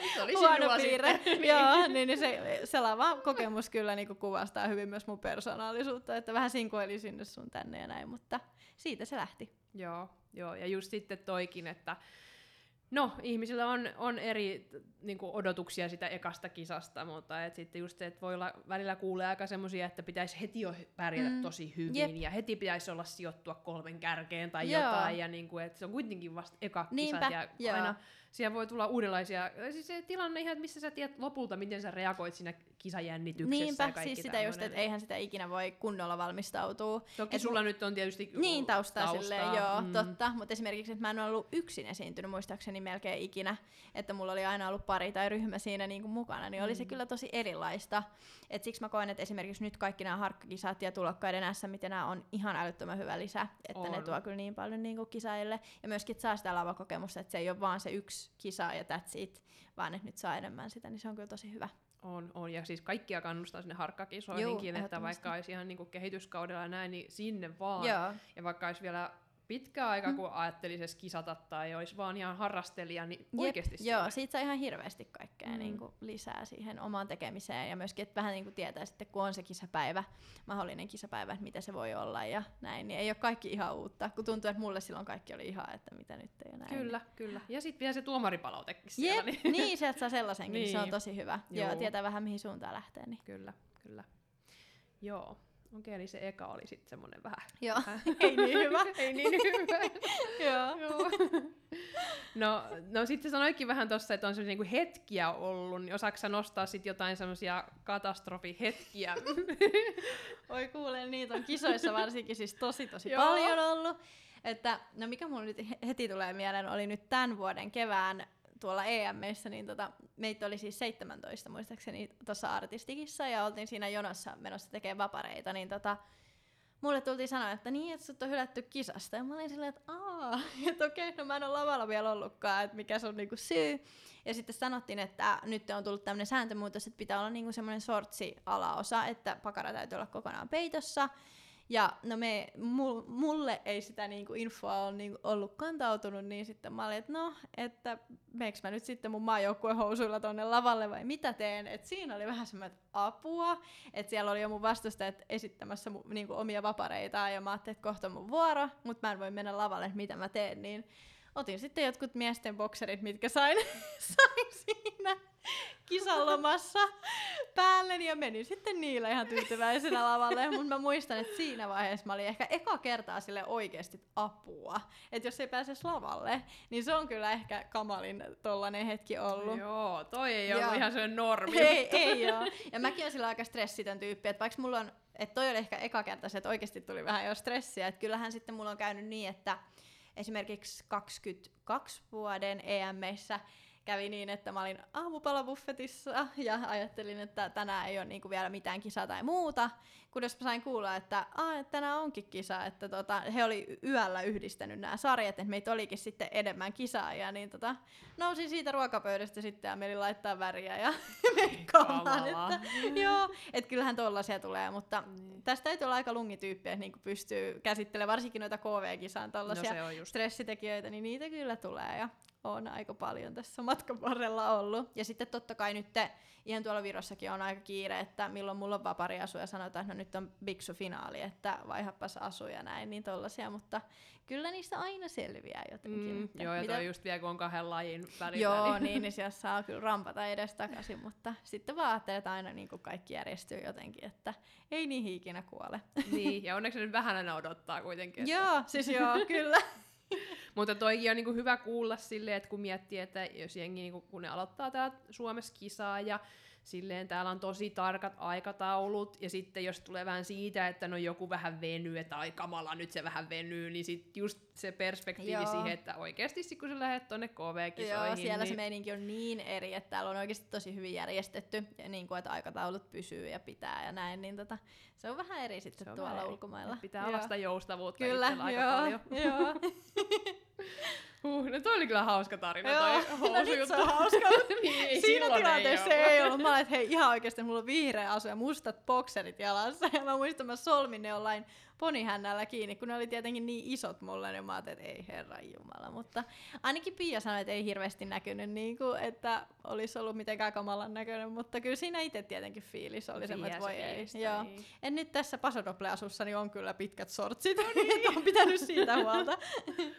huono piirre. Joo, niin, niin se, se lava kokemus kyllä niin kuin kuvastaa hyvin myös mun persoonallisuutta, että vähän sinkoili sinne sun tänne ja näin, mutta siitä se lähti. Joo, joo, ja just sitten toikin, että No, ihmisillä on, on eri niin kuin odotuksia sitä ekasta kisasta, mutta et sitten just, että voi olla, välillä kuulee aika semmoisia, että pitäisi heti jo pärjätä mm. tosi hyvin, Jep. ja heti pitäisi olla sijoittua kolmen kärkeen tai Joo. jotain, ja niin kuin, että se on kuitenkin vasta eka Niinpä, kisat, ja aina siellä voi tulla uudenlaisia, siis se tilanne ihan, missä sä tiedät lopulta, miten sä reagoit siinä kisajännityksessä. Niinpä, ja kaikki siis sitä just, että eihän sitä ikinä voi kunnolla valmistautua. Toki et sulla mu- nyt on tietysti niin, taustaa, taustaa. Silleen, joo, mm. totta, mutta esimerkiksi, että mä en ole ollut yksin esiintynyt muistaakseni melkein ikinä, että mulla oli aina ollut pari tai ryhmä siinä niin kuin mukana, niin mm. oli se kyllä tosi erilaista. Et siksi mä koen, että esimerkiksi nyt kaikki nämä harkkakisat ja tulokkaiden S M, miten nämä on ihan älyttömän hyvä lisä, että on. Ne tuo kyllä niin paljon niin kuin kisaille. Ja myöskin saa sitä lavakokemusta, että se ei ole vaan se yksi kisa ja that's it, vaan että nyt saa enemmän sitä, niin se on kyllä tosi hyvä. On, on, ja siis kaikkia kannustaa sinne harkkakisoihinkin, Juu, että vaikka olisi ihan niinku kehityskaudella ja näin, niin sinne vaan. Joo. Ja vaikka olisi vielä pitkä aika, mm. kun ajattelisi kisata tai olisi vaan ihan harrastelija, niin Jep, oikeasti Joo, siitä saa ihan hirveästi kaikkea mm. niin kuin lisää siihen omaan tekemiseen, ja myöskin, että vähän niin kuin tietää sitten, kun on se kisapäivä, mahdollinen kisapäivä, että mitä se voi olla ja näin, niin ei ole kaikki ihan uutta, kun tuntuu, että mulle silloin kaikki oli ihan, että mitä nyt ei ole näin. Kyllä, kyllä. Ja sitten vielä se tuomaripalautekin siellä. Jep, niin, niin sieltä saa sellaisenkin, niin. Se on tosi hyvä. Joo. Joo, tietää vähän mihin suuntaan lähtee. Niin. Kyllä, kyllä. Joo. Okei, eli se eka oli sitten semmonen vähän... Joo, vähän ei niin hyvä. ei niin hyvä. Joo. Joo. No, no sitten sanoikin vähän tossa, että on semmoisia niinku hetkiä ollut, niin osaatko sä nostaa sitten jotain semmoisia katastrofihetkiä? Oi kuule, niitä on kisoissa varsinkin siis tosi tosi paljon ollut. Että, no mikä mulla nyt heti tulee mieleen, oli nyt tämän vuoden kevään tuolla E M:ssä, niin tota, meitä oli siis seitsemäntoista muistaakseni tuossa artistikissa, ja oltiin siinä jonossa menossa tekemään vapareita, niin tota, mulle tultiin sanoa, että niin, että sut on hylätty kisasta, ja mä olin silleen, että aah, että okei, no mä en ole lavalla vielä ollutkaan, että mikä se on niinku syy. Ja sitten sanottiin, että nyt on tullut tämmöinen sääntömuutos, että pitää olla niinku semmoinen sortsi-alaosa, että pakara täytyy olla kokonaan peitossa. Ja no me, mulle ei sitä niinku infoa ole niinku ollut kantautunut, niin sitten mä olin, että no, että meekö mä nyt sitten mun maajoukkueen housuilla tonne lavalle vai mitä teen. Et siinä oli vähän semmoinen apua, että siellä oli jo mun vastustajat esittämässä mun, niinku omia vapareitaan, ja mä ajattelin, että kohta on mun vuoro, mutta mä en voi mennä lavalle, että mitä mä teen, niin otin sitten jotkut miesten bokserit, mitkä sain, sain siinä kisalomassa päälleni, ja menin sitten niillä ihan tyytyväisenä lavalle, mutta mä muistan, että siinä vaiheessa mä olin ehkä eka kertaa sille oikeasti apua, että jos ei pääse lavalle, niin se on kyllä ehkä kamalin tollanen hetki ollut. Joo, toi ei ollut ihan sellainen normi. Ei, ei joo. Ja mäkin olen sillä aika stressitön tyyppi, että vaikka mulla on, että toi oli ehkä eka kerta se, että oikeasti tuli vähän jo stressiä, että kyllähän sitten mulla on käynyt niin, että esimerkiksi kaksikymmentäkaksi vuoden E M:ssä kävi niin, että mä olin aamupalabuffetissa ja ajattelin, että tänään ei ole niinku vielä mitään kisaa tai muuta, kunnes mä sain kuulla, että, että tänään onkin kisa, että tota, he oli yöllä yhdistänyt nämä sarjat, että meitä olikin sitten enemmän kisaajia, niin tota, nousin siitä ruokapöydästä sitten ja menin laittaa väriä ja meikkaamaan, että joo, että kyllähän tollaisia tulee, mutta mm. tästä täytyy olla aika lungityyppiä, että niinku pystyy käsittelemään varsinkin noita K V-kisaan tollaisia no stressitekijöitä, niin niitä kyllä tulee ja on aika paljon tässä matkan varrella ollut. Ja sitten totta kai nyt ihan tuolla Virossakin on aika kiire, että milloin mulla on vapariasu ja sanotaan, että no nyt on biksu-finaali, että vaihappas asu ja näin, niin tollasia, mutta kyllä niistä aina selviää jotenkin. Mm, joo, ja mitä... toi just vielä kun on kahden lajin välillä. Joo, niin, niin, niin siellä saa kyllä rampata edes takaisin, mutta sitten vaan ajattelee, että aina niin kuin kaikki järjestyy jotenkin, että ei niihin ikinä kuole. Niin, ja onneksi se nyt vähän aina odottaa kuitenkin. Että... Joo, siis joo, kyllä. Mutta toikin on niinku hyvä kuulla silleen, että kun miettii, että jos jengi, niinku, kun ne aloittaa täällä Suomessa kisaa ja silleen täällä on tosi tarkat aikataulut, ja sitten jos tulee vähän siitä, että no joku vähän venyy, että ai kamala, nyt se vähän venyy, niin sitten just se perspektiivi Joo. siihen, että oikeasti kun sä lähdet tonne K V-kisoihin. Joo, siellä niin... se meininki on niin eri, että täällä on oikeasti tosi hyvin järjestetty, ja niin kuin, että aikataulut pysyy ja pitää ja näin, niin tota, se on vähän eri sitten tuolla eri. ulkomailla. Et pitää olla sitä joustavuutta kyllä, itsellä joo, aika paljon. Joo. Uh, no toi oli kyllä hauska tarina, Joo, toi housujuttu. No se on hauska, niin, siinä tilanteessa ei, ei ollut. Mä olin, että hei ihan oikeasti mulla on vihreä asu ja mustat bokserit jalassa. Ja mä muistan, mä solmin ne jollain ponihännällä kiinni, kun ne oli tietenkin niin isot mulle, niin mä ajattelin, että ei herran jumala. Mutta ainakin Pia sanoi, että ei hirveästi näkynyt, niin kuin, että olisi ollut mitenkään kamalan näköinen. Mutta kyllä siinä itse tietenkin fiilis oli semmoinen, että voi ei. Joo. En nyt tässä Pasodoble-asussa niin on kyllä pitkät sortsit, no niin. Että on pitänyt siitä huolta. Mutta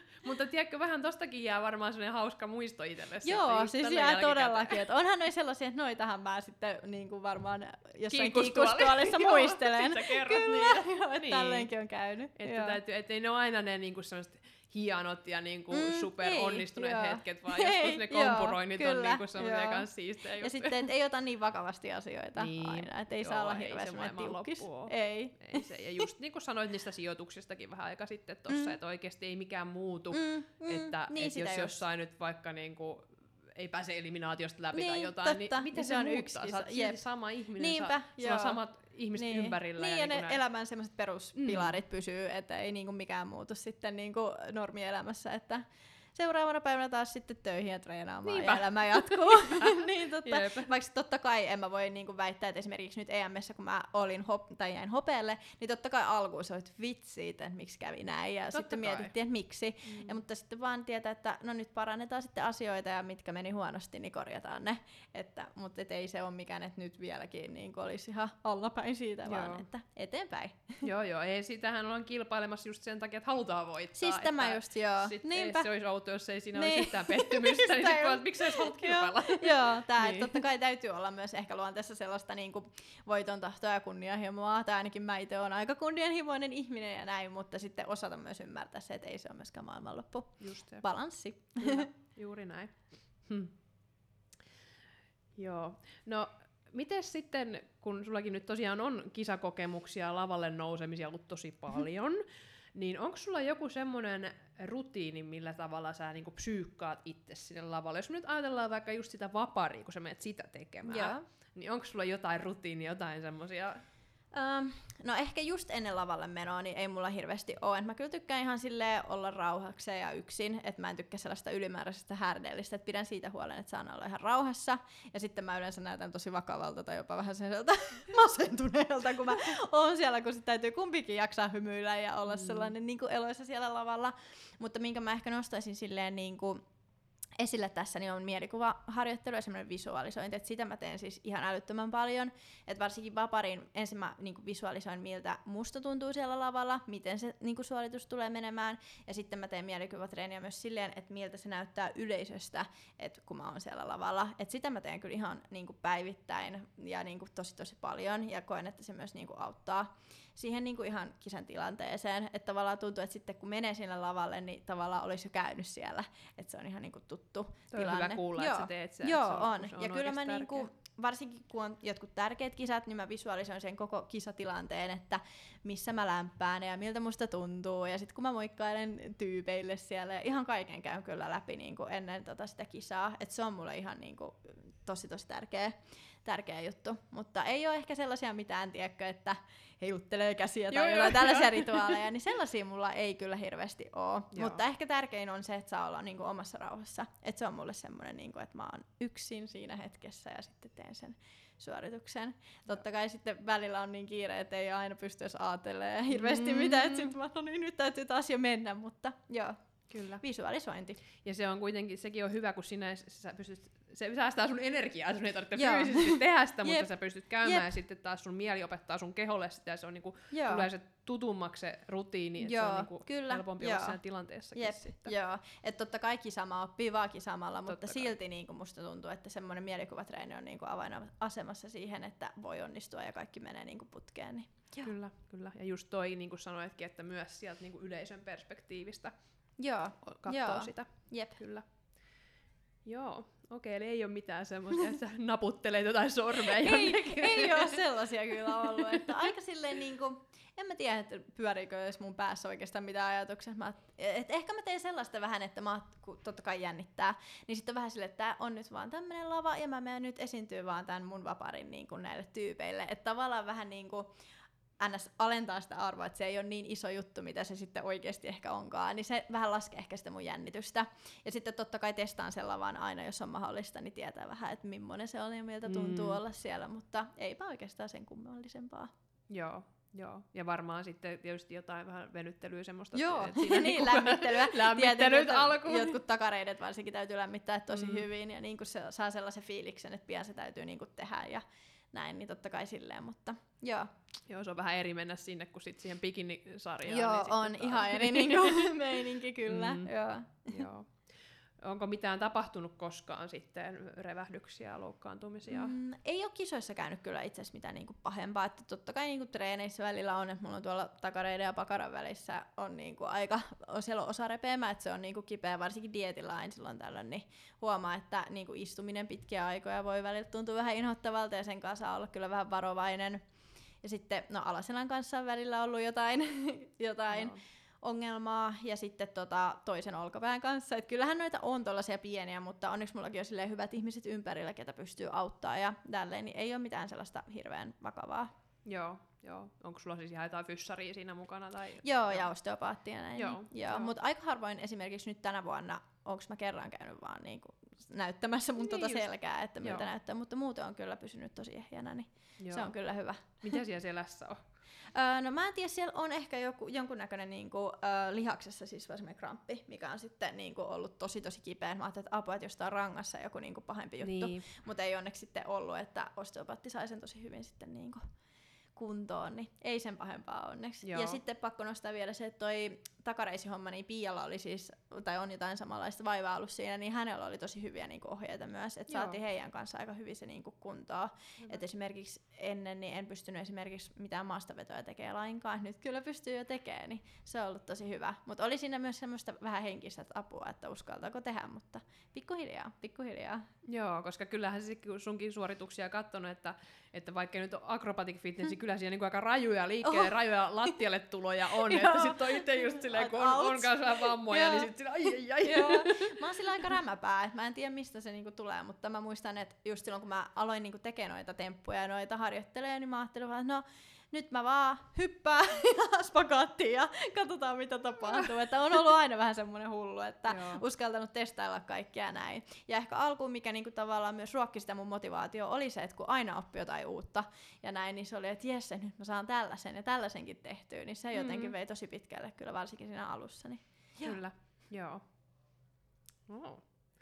tiedätkö, vähän tostakin jää varmaan sellainen hauska muisto itselle. Joo, siis jää todellakin. Että onhan noi sellaisia, että noitahan mä sitten niin kuin varmaan jossain kiikustuolissa muistelen. Sit sä kerrot Kyllä, niitä. joo, että Niin. tälleenkin on käynyt. Että Joo. täytyy, ettei ne ole aina ne niinku sellaiset hienot ja niinku Mm, super ei, onnistuneet joo. hetket, vaan Ei, joskus ne joo, kompuroinnit on kyllä, niinku sellaisia joo. kans siistejä Ja juttuja. sitten, että ei ota niin vakavasti asioita Niin. aina, että ei Joo, saa olla ei hirveän se semmoinen maailman tiukkis. loppu oo. Ei. Ei se, ja just niin kuin sanoit niistä sijoituksistakin vähän aika sitten tossa, Mm. että oikeasti ei mikään muutu, Mm, mm, että niin et sitä jos just. jossain nyt vaikka niinku ei pääse eliminaatiosta läpi Niin, tai jotain, totta. niin miten Niin se, se on muuttaa? yksi Sä iso- oot silti jep. sama ihminen, Niinpä, sä, sulla on joo. samat ihmiset niin. ympärillä. Niin, ja, ja ne niinku nää- elämän semmoiset peruspilarit mm. pysyy, että ei niinku mikään muutu sitten niinku normielämässä, että seuraavana päivänä taas sitten töihin ja treenaamaan Niinpä. ja elämä jatkuu. niin, totta. Jep. Vaikka totta kai en mä voi niinku väittää, että esimerkiksi nyt E M:ssä kun mä olin hop- tai jäin hopealle, niin totta kai alkuun se oli että vitsi, että miksi kävi näin ja Totta sitten kai. mietittiin, että miksi. Mm. Ja, mutta sitten vaan tietää, että no nyt parannetaan sitten asioita ja mitkä meni huonosti, niin korjataan ne. Että, mutta et ei se ole mikään, että nyt vieläkin niin olisi ihan allapäin siitä, Joo. vaan että eteenpäin. Joo, joo, ei, sitähän ollaan kilpailemassa just sen takia, että halutaan voittaa. Siis että tämä just, joo. Sit Niinpä. ei, se olisi outo, jos ei siinä Niin. olisi yhtään pettymystä, niin Sitä sit vaan, just. että miksi sä edes haluat kilpailla. Joo, tää, Niin. niin. totta kai täytyy olla myös ehkä luonteessa sellaista niinku voiton tahtoa ja kunnianhimoa, tai ainakin mä itse olen aika kunnianhimoinen ihminen ja näin, mutta sitten osata myös ymmärtää se, että ei se ole myöskään maailmanloppu. Just se. Balanssi. Kyllä, juuri näin. Hm. Joo. No, miten sitten, kun sullakin nyt tosiaan on kisakokemuksia, lavalle nousemisia ollut tosi paljon, niin onko sulla joku semmoinen rutiini, millä tavalla sä niinku psyykkaat itse sinne lavalle? Jos me nyt ajatellaan vaikka just sitä vaparia, kun sä menet sitä tekemään, Joo. niin onko sulla jotain rutiinia, jotain semmosia? Um, no ehkä just ennen lavalle menoa, niin ei mulla hirveästi ole. Et mä kyllä tykkään ihan silleen olla rauhakseen ja yksin, että mä en tykkää sellaista ylimääräisestä härdelistä, että pidän siitä huolen, että saan olla ihan rauhassa. Ja sitten mä yleensä näytän tosi vakavalta tai jopa vähän sellaiselta masentuneelta, kun mä oon siellä, kun sit täytyy kumpikin jaksaa hymyillä ja olla Mm. sellainen niin kuin eloissa siellä lavalla. Mutta minkä mä ehkä nostaisin silleen niin kuin esille tässä, niin on mielikuvaharjoittelu ja semmoinen visualisointi, että sitä mä teen siis ihan älyttömän paljon, että varsinkin vaparin ensin mä niin kuin visualisoin, miltä musta tuntuu siellä lavalla, miten se niin kuin suoritus tulee menemään, ja sitten mä teen mielikuvatreeniä myös silleen, että miltä se näyttää yleisöstä, että kun mä oon siellä lavalla, että sitä mä teen kyllä ihan niin kuin päivittäin ja niin kuin tosi tosi paljon, ja koen, että se myös niin kuin auttaa siihen niin kuin ihan kisan tilanteeseen, että tavallaan tuntuu, että sitten kun menee sinne lavalle, niin tavallaan olisi jo käynyt siellä, että se on ihan niin kuin tuttu Toi on tilanne. hyvä kuulla, Joo. että sä teet sen. Joo, se on, on. kun se on Ja kyllä mä oikeasti niinku, varsinkin kun on jotkut tärkeät kisat, niin mä visualisoin sen koko kisatilanteen, että missä mä lämpään ja miltä musta tuntuu. Ja sitten kun mä moikkailen tyypeille siellä, ja ihan kaiken käyn kyllä läpi niinku ennen tota sitä kisaa. Että se on mulle ihan niinku tosi tosi tärkeä, tärkeä juttu. Mutta ei ole ehkä sellaisia mitään, tiedätkö, että heiluttelee käsiä Joo, tai joo, jotain tällaisia joo. rituaaleja, niin sellaisia mulla ei kyllä hirveästi ole. Joo. Mutta ehkä tärkein on se, että saa olla niinku omassa rauhassa. Että se on mulle semmoinen, niinku, että mä oon yksin siinä hetkessä ja sitten teen sen suorituksen. Totta kai sitten välillä on niin kiire, että ei aina pysty edes ajattelemaan hirveästi Mm. mitään, että sitten mä no niin, nyt täytyy taas jo mennä, mutta joo, Kyllä. visualisointi. Ja se on kuitenkin, sekin on hyvä, kun sinä sä pystyt, se säästää sun energiaa, sun ei tarvitse Joo. fyysisesti tehdä sitä, mutta Jep. sä pystyt käymään Jep. ja sitten taas sun mieli opettaa sun keholle sitä ja se on niinku, Joo. tulee se tutummaksi se rutiini, että Joo, se on niinku kyllä, helpompi joo. olla siinä tilanteessakin Jep, sitten. joo. Että totta kai kisama oppii vaan kisamalla, mutta Totta kai. silti niinku musta tuntuu, että semmoinen mielikuvatreeni on niinku avainasemassa siihen, että voi onnistua ja kaikki menee niinku putkeen. Niin. Joo. Kyllä, kyllä. Ja just toi, niin kuin sanoitkin, että myös sieltä niinku yleisön perspektiivistä Joo, katsoo Joo. sitä. jep. Kyllä. Joo, okei, eli ei ole mitään semmoisia, että sä naputtelet jotain sormea ei, jonnekin. ei ole sellaisia kyllä ollut. Että aika silleen niinku, en mä tiedä, että pyöriikö edes mun päässä oikeastaan mitään ajatuksia. Mä, et ehkä mä teen sellaista vähän, että mä kun totta kai jännittää, niin sitten on vähän silleen, että tää on nyt vaan tämmönen lava ja mä menen nyt esiintyä vaan tämän mun vaparin niin kuin näille tyypeille. Että tavallaan vähän niinku ns. Alentaa sitä arvoa, että se ei ole niin iso juttu, mitä se sitten oikeasti ehkä onkaan, niin se vähän laskee ehkä sitä mun jännitystä. Ja sitten totta kai testaan sen lavan aina, jos on mahdollista, niin tietää vähän, että millainen se on ja miltä tuntuu Mm. olla siellä, mutta eipä oikeastaan sen kummallisempaa. Joo, joo. Ja varmaan sitten tietysti jotain vähän venyttelyä semmoista. Joo, että siinä niin niinku lämmittelyä. lämmittelyt Tietenkin, alkuun. Jotkut takareidet varsinkin täytyy lämmittää tosi Mm. hyvin ja niin se saa sellaisen fiiliksen, että pian se täytyy niin kuin tehdä ja näin, niin totta kai silleen, mutta joo. Joo, se on vähän eri mennä sinne kuin sit siihen bikinisarjaan. Joo, niin on taas. ihan eri niinku meininki kyllä, Mm. joo. Joo. Onko mitään tapahtunut koskaan sitten, revähdyksiä, loukkaantumisia? Mm, ei ole kisoissa käynyt kyllä itse asiassa mitään niinku pahempaa, että totta kai niinku treeneissä välillä on, että mulla on tuolla takareiden ja pakaran välissä on niinku aika, siellä on osa repeämä, että se on niinku kipeä, varsinkin dietillä aina silloin tällöin, niin huomaa, että niinku istuminen pitkiä aikoja voi välillä tuntua vähän inhottavalta ja sen kanssa saa olla kyllä vähän varovainen. Ja sitten, no alaselän kanssa on välillä ollut jotain, jotain Joo. ongelmaa ja sitten tota, toisen olkapään kanssa. Et kyllähän noita on tollaisia pieniä, mutta onneksi mullakin on silleen hyvät ihmiset ympärillä, ketä pystyy auttaa ja tälleen, niin ei ole mitään sellaista hirveän vakavaa. Joo, joo. Onko sulla siis ihan jotain fyssaria siinä mukana? Tai... Joo, ja osteopaattia näin. Joo, Joo, joo. joo. Mutta aika harvoin esimerkiksi nyt tänä vuonna, onko mä kerran käynyt vaan niinku näyttämässä mun Niin tota just. selkää, että miltä Joo. näyttää, mutta muuten on kyllä pysynyt tosi ehjänä, niin Joo. se on kyllä hyvä. Mitä siellä selässä on? Öö, no mä en tiedä, siellä on ehkä joku, jonkunnäköinen niinku, öö, lihaksessa siis vaan semmoinen kramppi, mikä on sitten niinku, ollut tosi tosi kipeä. Mä ajattelin, että apua, että jostain rangassa joku niinku, pahempi juttu, Niin. mutta ei onneksi sitten ollut, että osteopaatti sai sen tosi hyvin sitten niinku, kuntoon, niin ei sen pahempaa onneksi. Joo. Ja sitten pakko nostaa vielä se, että toi takareisihomma, niin Pialla oli siis, tai on jotain samanlaista vaivaa ollut siinä, niin hänellä oli tosi hyviä niinku, ohjeita myös, että Joo. saatiin heidän kanssa aika hyvin se niinku, kuntoon. Et esimerkiksi ennen niin en pystynyt esimerkiksi mitään maastavetoja tekemään lainkaan, nyt kyllä pystyy jo tekemään, niin se on ollut tosi hyvä. Mutta oli siinä myös semmoista vähän henkistä apua, että uskaltaako tehdä, mutta pikkuhiljaa, pikkuhiljaa. Joo, koska kyllähän se kun sunkin suorituksia katsonut, että, että vaikka nyt on acrobatic fitness, niin kyllä siellä niinku aika rajuja liikkeelle, Oh. rajuja lattialle tuloja on, Joo. että sit on itse just silleen, kun on, on Ouch. kanssa vähän vammoja, Joo. niin sit sillä ai ai ai. Joo. Mä oon sillä aika rämäpää, että mä en tiedä mistä se niinku tulee, mutta mä muistan, että just silloin kun mä aloin niinku tekemään noita temppuja ja noita harjoittelemaan, niin mä ajattelin vaan, että no nyt mä vaan hyppään ja spagaattiin ja katsotaan mitä tapahtuu. Että on ollut aina vähän semmoinen hullu, että Joo. uskaltanut testailla kaikkea näin. Ja ehkä alkuun, mikä niinku tavallaan myös ruokki sitä mun motivaatio, oli se, että kun aina oppi jotain uutta ja näin, niin se oli, että jes, nyt mä saan tällaisen ja tällaisenkin tehtyä, niin se jotenkin Mm. vei tosi pitkälle kyllä varsinkin siinä alussa. Niin. Kyllä, joo. Oh.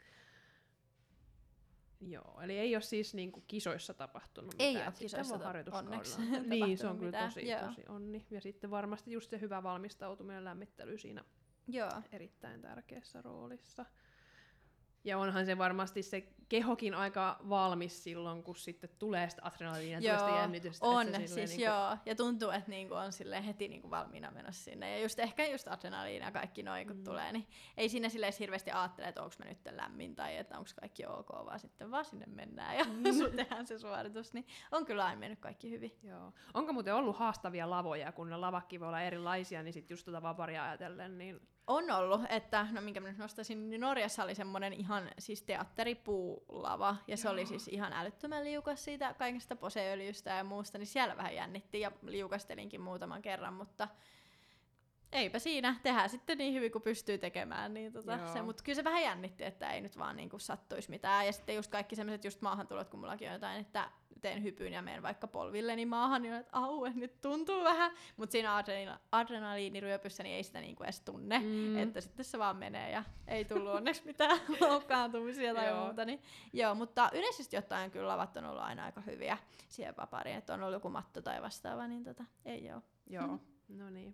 Joo, eli ei ole siis niinku kisoissa tapahtunut Ei mitään. oo et sitten kisoissa vaan to- harjoituskaudella. onneksi Niin, se on tapahtunut kyllä mitään. tosi, Joo. tosi onni. Ja sitten varmasti just se hyvä valmistautuminen, lämmittely siinä Joo. erittäin tärkeässä roolissa. Ja onhan se varmasti se kehokin aika valmis silloin, kun sitten tulee sitä adrenaliinia, tulee sitä jännitystä. on, että se siis niinku, joo. Ja tuntuu, että niinku on silleen heti niinku valmiina menossa sinne. Ja just ehkä just adrenaliina ja kaikki noi kun Mm. tulee, niin ei siinä silleen hirveästi ajattele, että onko mä nyt lämmin tai että onko kaikki ok, vaan sitten vaan sinne mennään ja Mm. sun tehdään se suoritus. Niin on kyllä aina mennyt kaikki hyvin. Joo. Onko muuten ollut haastavia lavoja, kun ne lavakin voi olla erilaisia, niin sitten just tuota vaparia ajatellen, niin On ollut, että no minkä mä nyt nostaisin, niin Norjassa oli semmoinen ihan siis teatteripuulava, ja se Joo. oli siis ihan älyttömän liukas siitä kaikesta poseöljystä ja muusta, niin siellä vähän jännitti ja liukastelinkin muutaman kerran, mutta eipä siinä, tehdään sitten niin hyvin kuin pystyy tekemään, niin tota Joo. se, mutta kyllä se vähän jännitti, että ei nyt vaan niinku sattuisi mitään, ja sitten just kaikki semmoiset just maahantulot, kun mullakin on jotain, että teen hypyn ja menen vaikka polvilleni maahan, niin on, että au, nyt tuntuu vähän, mutta siinä adrenali- adrenaliiniryöpyssä niin ei sitä niinku edes tunne, Mm. että sitten se vaan menee ja ei tullut onneksi mitään loukkaantumisia tai Joo. muuta. Niin, joo, mutta yleisesti ottaen kyllä lavat on ollut aina aika hyviä siihen vapariin, että on ollut joku matto tai vastaava, niin tota, ei oo. Joo, no niin.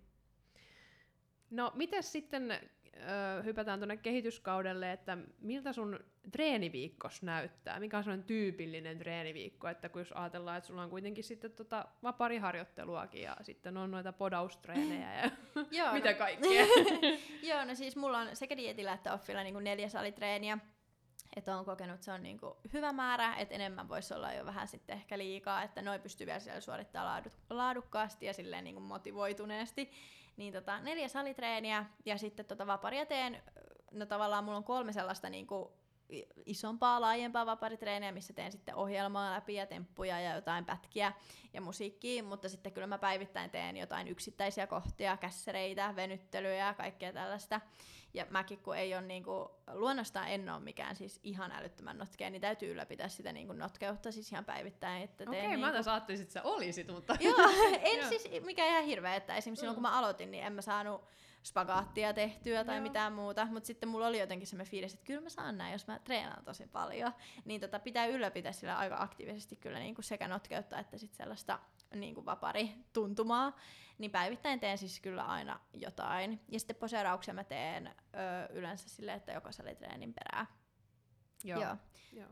No, mites sitten ö, hypätään tuonne kehityskaudelle, että miltä sun treeniviikkos näyttää? Mikä on sellainen tyypillinen treeniviikko? Että kun jos ajatellaan, että sulla on kuitenkin sitten tota vapariharjoitteluakin ja sitten on noita podaustreenejä ja Joo, mitä no, kaikkea. joo, no siis mulla on sekä dietillä että offilla niin kuin neljä salitreeniä. Että on kokenut, että se on niinku hyvä määrä, että enemmän voisi olla jo vähän sitten ehkä liikaa, että noi pystyy vielä siellä suorittaa laadu, laadukkaasti ja silleen niinku motivoituneesti. Niin tota, neljä salitreeniä ja sitten tota vaparia teen, no tavallaan mulla on kolme sellaista niinku isompaa, laajempaa vaparitreeniä, missä teen sitten ohjelmaa läpi ja temppuja ja jotain pätkiä ja musiikkia, mutta sitten kyllä mä päivittäin teen jotain yksittäisiä kohtia, kässäreitä, venyttelyjä ja kaikkea tällaista. Ja mäkin, kun ei ole niinku, luonnostaan en ole mikään siis ihan älyttömän notkea, niin täytyy ylläpitää sitä niinku notkeutta siis ihan päivittäin. Okei, okay, niinku... mä taas ajattelin, että sä olisit, mutta... Joo, en siis mikään ihan hirveä, että esimerkiksi silloin kun mä aloitin, niin en mä saanut spagaattia tehtyä tai Joo. mitään muuta, mutta sitten mulla oli jotenkin semmoinen fiilis, että kyllä mä saan näin, jos mä treenaan tosi paljon, niin tota pitää ylläpitää sillä aika aktiivisesti kyllä niinku sekä notkeutta että sit sellaista niinku vaparituntumaa, niin päivittäin teen siis kyllä aina jotain. Ja sitten poseerauksia mä teen ö, yleensä silleen, että joka salitreenin perään. Joo. Joo. Joo.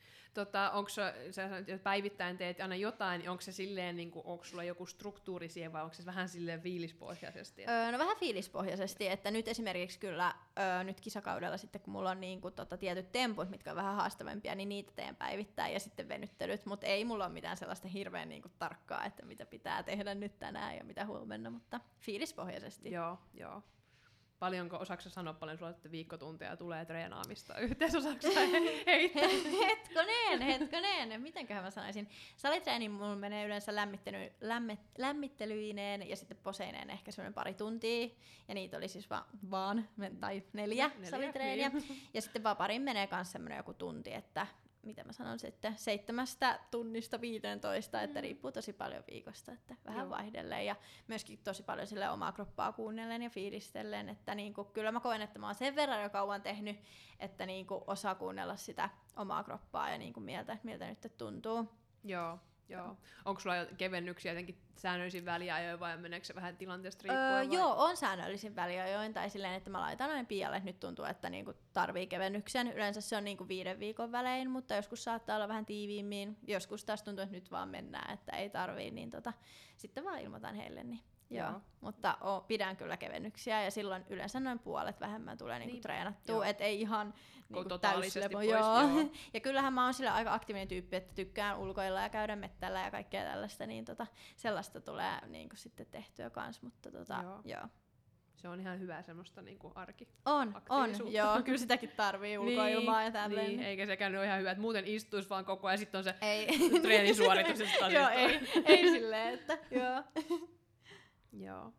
Tota, onko sä, sä päivittäin teet aina jotain, niin onko se silleen, niin kuin, onko sulla joku struktuuri siihen vai onko se vähän silleen fiilispohjaisesti? Että... Öö, no vähän fiilispohjaisesti, että nyt esimerkiksi kyllä öö, nyt kisakaudella sitten kun mulla on niin kuin, tota, tietyt temput, mitkä on vähän haastavempia, niin niitä teen päivittäin ja sitten venyttelyt, mutta ei mulla ole mitään sellaista hirveän niin kuin, tarkkaa, että mitä pitää tehdä nyt tänään ja mitä huomenna, mutta fiilispohjaisesti. Joo, joo. Paljonko, osaatko sanoa paljon sulla, että viikkotunteja tulee treenaamista yhteensä, osaatko heittää? hetkoneen, hetkoneen, mitenköhän mä sanoisin. Salitreeni mulla menee yleensä lämmittely, lämmit, lämmittelyineen ja sitten poseineen ehkä semmoinen pari tuntia. Ja niitä oli siis va, vaan, tai neljä, neljä salitreeniä. Niin. Ja sitten vaparin menee myös semmoinen joku tunti, että mitä mä sanon sitten, seitsemästä tunnista viiteentoista, mm. että riippuu tosi paljon viikosta, että vähän Joo. vaihdellen ja myöskin tosi paljon sille omaa kroppaa kuunnellen ja fiilistellen, että niinku, kyllä mä koen, että mä oon sen verran jo kauan tehnyt, että niinku osaa kuunnella sitä omaa kroppaa ja niinku mieltä, miltä nyt tuntuu. Joo. Joo. Onko sulla kevennyksiä jotenkin säännöllisin väliajoin vai meneekö se vähän tilanteesta riippuen? Öö, joo, on säännöllisin väliajoin tai silleen, että mä laitan aina Pialle, että nyt tuntuu, että niinku tarvii kevennyksen. Yleensä se on niinku viiden viikon välein, mutta joskus saattaa olla vähän tiiviimmin. Joskus taas tuntuu, että nyt vaan mennään, että ei tarvii, niin tota, sitten vaan ilmoitan heille. Niin. Joo. Joo. Mutta o, pidän kyllä kevennyksiä ja silloin yleensä noin puolet vähemmän tulee niinku niin, treenattua, et ei ihan niinku täyslepo. Pois, joo. Joo. Ja kyllähän mä oon sillä aika aktiivinen tyyppi, että tykkään ulkoilla ja käydä mettällä ja kaikkea tällaista, niin tota, sellaista tulee niinku sitten tehtyä kans, mutta tota, joo. joo. Se on ihan hyvä semmoista niinku arki. On, on, joo, kyllä sitäkin tarvii ulkoilmaa niin, ja tälleen. Niin, eikä sekään ole ihan hyvä, että muuten istuisi vaan koko ajan, sitten on se treenisuoritus. Joo, ei, ei silleen, että joo. Joo.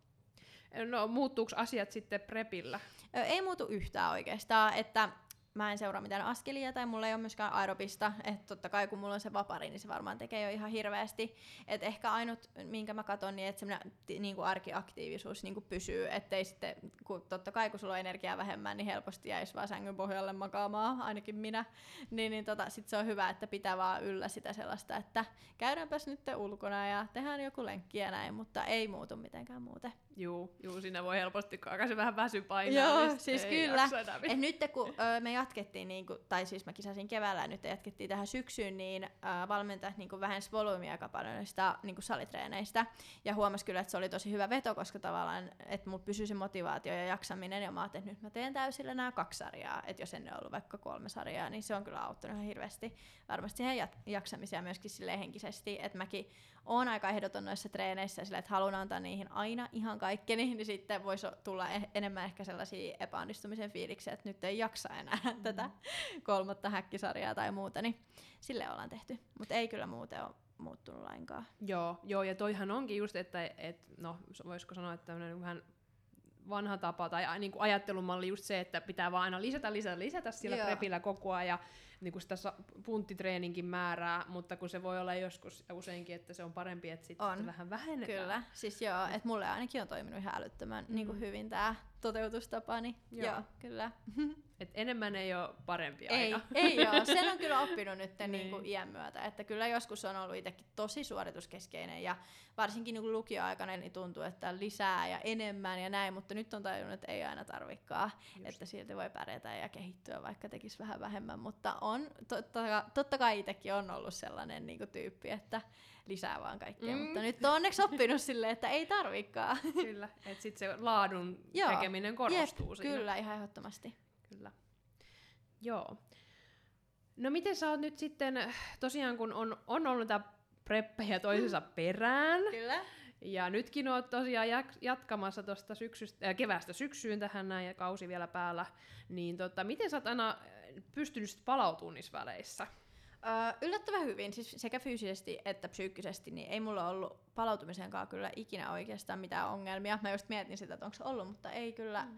No muuttuuko asiat sitten prepillä? Ei muutu yhtään oikeastaan, että mä en seuraa mitään askelia tai mulla ei ole myöskään aerobista, että totta kai kun mulla on se vapari, niin se varmaan tekee jo ihan hirveästi. Että ehkä ainut, minkä mä katson, niin että semmoinen niin kuin arkiaktiivisuus niin kuin pysyy, ettei sitten, kun totta kai kun sulla on energiaa vähemmän, niin helposti jäisi vaan sängyn pohjalle makaamaan, ainakin minä, niin, niin tota, sit se on hyvä, että pitää vaan yllä sitä sellaista, että käydäänpäs nyt ulkona ja tehdään joku lenkki ja näin, mutta ei muutu mitenkään muuten. Juu, juu, siinä voi helposti alkaa vähän väsy painaa. Joo, niin siis kyllä. Et nyt kun ö, me jatkettiin, niin kun, tai siis mä kisasin keväällä ja nyt jatkettiin tähän syksyyn, niin ö, valmentajat niin vähensi volyymiä aika paljon noista niin salitreeneistä. Ja huomasi kyllä, että se oli tosi hyvä veto, koska tavallaan, että mulla pysyi se motivaatio ja jaksaminen. Ja mä ajattelin, että nyt mä teen täysillä nämä kaksi sarjaa. Että jos ennen ollut vaikka kolme sarjaa, niin se on kyllä auttanut ihan hirveästi. Varmasti siihen jat- jaksamiseen myöskin silleen henkisesti, että mäkin oon aika ehdoton noissa treeneissä sillä, että haluan antaa niihin aina ihan kaikkeni, niin sitten voisi tulla eh- enemmän ehkä sellaisia epäonnistumisen fiiliksiä, että nyt ei jaksa enää mm. tätä kolmatta häkkisarjaa tai muuta, niin sille ollaan tehty. Mutta ei kyllä muuten ole muuttunut lainkaan. Joo, joo, ja toihan onkin just, että et, no, voisiko sanoa, että tämmöinen vähän vanha tapa tai niin kuin ajattelumalli just se, että pitää vaan aina lisätä, lisätä, lisätä sillä Joo. prepillä koko ajan ja niin kuin sitä punttitreeninkin määrää, mutta kun se voi olla joskus ja useinkin, että se on parempi, että sitten on. vähän vähennetään. Kyllä, siis joo, että mulle ainakin on toiminut ihan älyttömän mm. niin kuin hyvin tämä toteutustapa, niin joo, joo kyllä. Et enemmän ei ole parempi ei, aina. Ei joo, sen on kyllä oppinut nyt niin. Niin kuin iän myötä, että kyllä joskus on ollut itsekin tosi suorituskeskeinen ja varsinkin niin kuin lukioaikana niin tuntuu, että lisää ja enemmän ja näin, mutta nyt on tajunnut, että ei aina tarvikaan, just. Että silti voi pärjätä ja kehittyä, vaikka tekisi vähän vähemmän, mutta on, totta, totta kai itsekin on ollut sellainen niin kuin tyyppi, että lisää vaan kaikkea, mm. mutta nyt on onneksi oppinut silleen, että ei tarvikaan. Kyllä, että sitten se laadun tekeminen korostuu Jep, siinä. Kyllä, ihan ehdottomasti. Kyllä. Joo. No miten sä oot nyt sitten, tosiaan kun on, on ollut näitä preppejä toisensa mm. perään, Kyllä. Ja nytkin oot tosiaan jatkamassa tuosta äh, keväästä syksyyn tähän näin ja kausi vielä päällä, niin tota, miten sä oot aina pystynyt palautumaan niissä väleissä? Öö, yllättävän hyvin, siis sekä fyysisesti että psyykkisesti, niin ei mulla ollut palautumisenkaan kyllä ikinä oikeastaan mitään ongelmia. Mä just mietin sitä, että onko se ollut, mutta ei kyllä mm.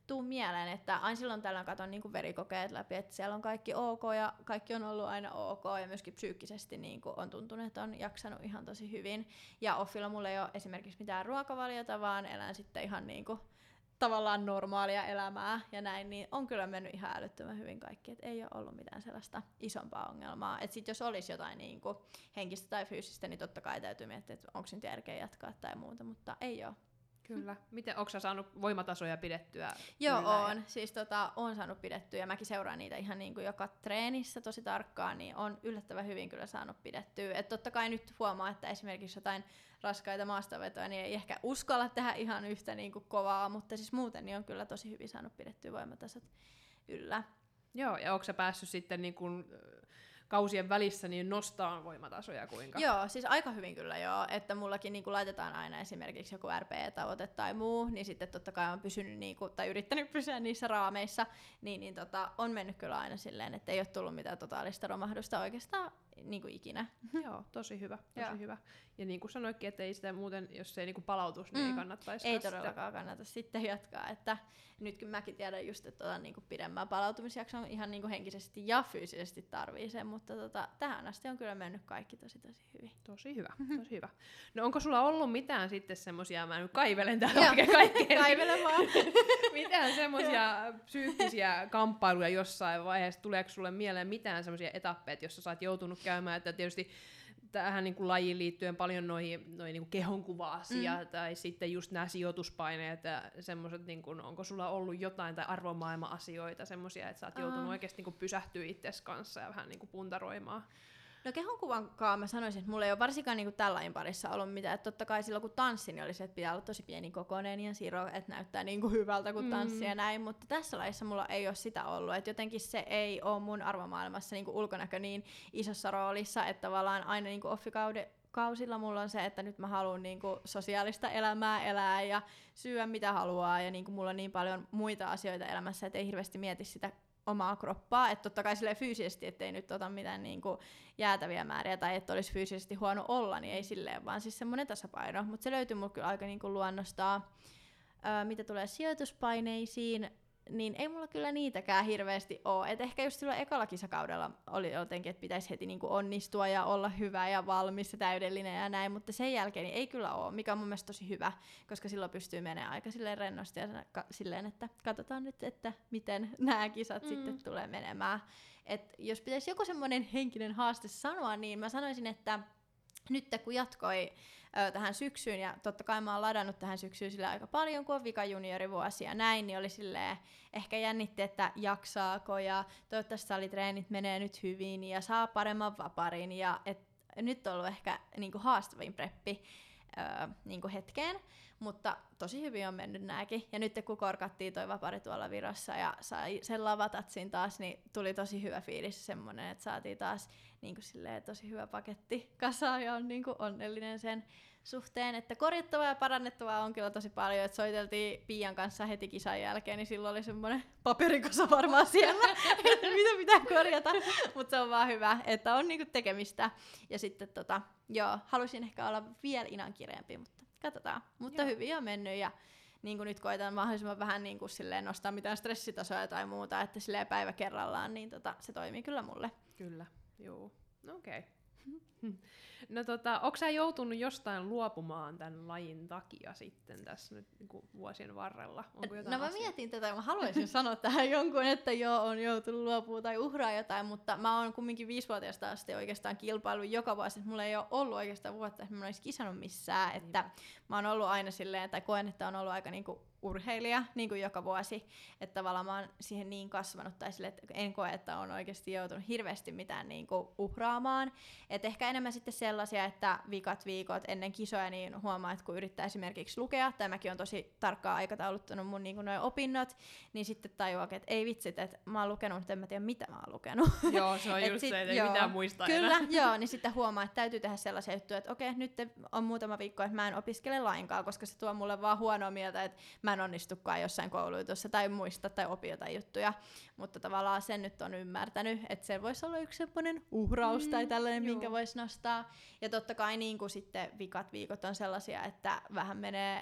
tuu mieleen, että aina silloin tällöin katon niinku verikokeet läpi, että siellä on kaikki ok ja kaikki on ollut aina ok ja myöskin psyykkisesti niinku on tuntunut, että on jaksanut ihan tosi hyvin. Ja Offilla mulla ei ole esimerkiksi mitään ruokavaliota, vaan elän sitten ihan niinku tavallaan normaalia elämää ja näin, niin on kyllä mennyt ihan älyttömän hyvin kaikki, että ei ole ollut mitään sellaista isompaa ongelmaa. Että sit jos olisi jotain niinku henkistä tai fyysistä, niin totta kai täytyy miettiä, että onko nyt järkeä jatkaa tai muuta, mutta ei ole. Kyllä. Miten, onko sä saanut voimatasoja pidettyä? Joo, yllä oon. Ja... Siis tota, oon saanut pidettyä ja mäkin seuraan niitä ihan niinku joka treenissä tosi tarkkaan, niin on yllättävän hyvin kyllä saanut pidettyä. Et totta kai nyt huomaa, että esimerkiksi jotain raskaita maastavetoja, niin ei ehkä uskalla tehdä ihan yhtä niinku kovaa, mutta siis muuten niin on kyllä tosi hyvin saanut pidettyä voimatasot yllä. Joo, ja onko sä päässyt sitten niin kun, kausien välissä niin nostaa voimatasoja kuinka? Joo, siis aika hyvin kyllä joo, että mullakin niinku laitetaan aina esimerkiksi joku R P E-tavoite tai muu, niin sitten totta kai on pysynyt niinku, tai yrittänyt pysyä niissä raameissa, niin, niin tota, on mennyt kyllä aina silleen, että ei ole tullut mitään totaalista romahdusta oikeastaan niinku ikinä. Joo, tosi hyvä, tosi Joo. hyvä. Ja niin kuin sanoitkin, että ei sitä muuten, jos se ei niinku palautus, niin Mm. ei kannattaisi Ei sitä. todellakaan kannata sitten jatkaa, että nyt kun mäkin tiedän just, että tota, niinku pidemmän palautumisjakson ihan niinku henkisesti ja fyysisesti tarvii sen, mutta tota, tähän asti on kyllä mennyt kaikki tosi tosi hyvin. Tosi hyvä, tosi hyvä. No onko sulla ollut mitään sitten semmosia, mä nyt kaivelen täällä Joo. oikein kaikkea. Kaivelemaan. Mitään semmosia psyykkisiä kamppailuja jossain vaiheessa? Tuleeko sulle mieleen mitään semmosia etappeja, jossa sä oot joutunut käymään, että tietysti tähän niin kuin lajiin liittyen paljon noihin, noihin niin kuin kehonkuva-asiat mm. tai sitten just nämä sijoituspaineet ja semmoiset, niin kuin, onko sulla ollut jotain tai arvomaailma-asioita semmoisia, että sä oot joutunut uh. oikeasti niin kuin pysähtyä itsesi kanssa ja vähän niin kuin puntaroimaan? No kehonkuvankaan mä sanoisin, että mulla ei ole varsinkaan niinku tämän lajin parissa ollut mitään. Että totta kai silloin kun tanssin, niin oli se, että pitää olla tosi pieni kokoinen ja siro, että näyttää niinku hyvältä kun tanssi ja näin. Mutta tässä lajissa mulla ei ole sitä ollut. Että jotenkin se ei ole mun arvomaailmassa niinku ulkonäkö niin isossa roolissa, että tavallaan aina niinku offikausilla mulla on se, että nyt mä haluan niinku sosiaalista elämää elää ja syödä mitä haluaa. Ja niinku mulla on niin paljon muita asioita elämässä, että ei hirveästi mieti sitä omaa kroppaa, että totta kai silleen fyysisesti, ettei nyt ota mitään niinku jäätäviä määriä tai että olisi fyysisesti huono olla, niin ei silleen, vaan siis semmoinen tasapaino. Mutta se löytyy mulla kyllä aika niinku luonnostaan. Öö, mitä tulee sijoituspaineisiin, niin ei mulla kyllä niitäkään hirveästi ole. Et ehkä just silloin ekalla kisakaudella oli jotenkin, että pitäisi heti niinku onnistua ja olla hyvä ja valmis ja täydellinen ja näin, mutta sen jälkeen niin ei kyllä ole, mikä on mun mielestä tosi hyvä, koska silloin pystyy menemään aika silleen rennosti ja silleen, että katsotaan nyt, että miten nämä kisat mm. sitten tulee menemään. Et jos pitäisi joku semmoinen henkinen haaste sanoa, niin mä sanoisin, että nyt kun jatkoi ö, tähän syksyyn, ja totta kai mä oon ladannut tähän syksyyn sille aika paljon, kun on vika juniorivuosi ja näin, niin oli silleen, ehkä jännitti, että jaksaako, ja toivottavasti salitreenit menee nyt hyvin, ja saa paremman vaparin, ja et, nyt on ollut ehkä niinku haastavin preppi ö, niinku hetkeen, mutta tosi hyvin on mennyt nääkin. Ja nyt kun korkattiin toi vapari tuolla Virossa ja sai sen lavatatsin taas, niin tuli tosi hyvä fiilis semmonen, että saatiin taas niin kuin silleen, tosi hyvä paketti kasaan ja on niin kuin onnellinen sen suhteen. Että korjattavaa ja parannettavaa on kyllä tosi paljon. Että soiteltiin Pian kanssa heti kisan jälkeen, niin silloin oli semmoinen paperikosa varmaan siellä, että mitä pitää korjata. Mutta se on vaan hyvä, että on niin kuin tekemistä. Ja sitten tota, joo, halusin ehkä olla vielä inan kireempi, mutta katsotaan. Mutta joo. Hyvin on mennyt ja niin nyt koitan mahdollisimman vähän niin kuin silleen nostaa mitään stressitasoja tai muuta, että silleen päivä kerrallaan, niin tota, se toimii kyllä mulle. Kyllä, joo. No okei. Okay. No tota, onko sä joutunut jostain luopumaan tämän lajin takia sitten tässä nyt niin kuin vuosien varrella? Onko jotain no mä asiaa? mietin tätä, mä haluaisin sanoa tähän jonkun, että joo, on joutunut luopumaan tai uhraa jotain, mutta mä oon kumminkin viisivuotiaasta asti oikeastaan kilpailut joka vuosi, että mulla ei ole ollut oikeastaan vuotta, että mä en olisi kisannut missään, että mm. mä oon ollut aina silleen, tai koen, että on ollut aika niinku urheilija niin kuin joka vuosi, että tavallaan mä oon siihen niin kasvanut, tai sille, että en koe, että on oikeasti joutunut hirveästi mitään niin kuin uhraamaan. Et ehkä enemmän sitten sellaisia, että vikat viikot ennen kisoja niin huomaa, että kun yrittää esimerkiksi lukea, tai mäkin on tosi tarkkaan aikatauluttanut mun niin kuin noi opinnot, niin sitten tajuaa, että ei vitsit, että mä oon lukenut, mutta en mä tiedä mitä mä oon lukenut. Joo, se on just sit, se, että ei joo, mitään muista kyllä, enää. joo, niin sitten huomaa, että täytyy tehdä sellaisia juttuja, että okei, nyt on muutama viikko, että mä en opiskele lainkaan, koska se tuo mulle vaan huonoa mieltä, että mä en onnistukaan jossain koulutussa tai muista tai opi jotain juttuja, mutta tavallaan sen nyt on ymmärtänyt, että se voisi olla yksi semmoinen uhraus mm, tai tällainen, joo. minkä voisi nostaa. Ja totta kai niin kuin sitten vikat viikot on sellaisia, että vähän menee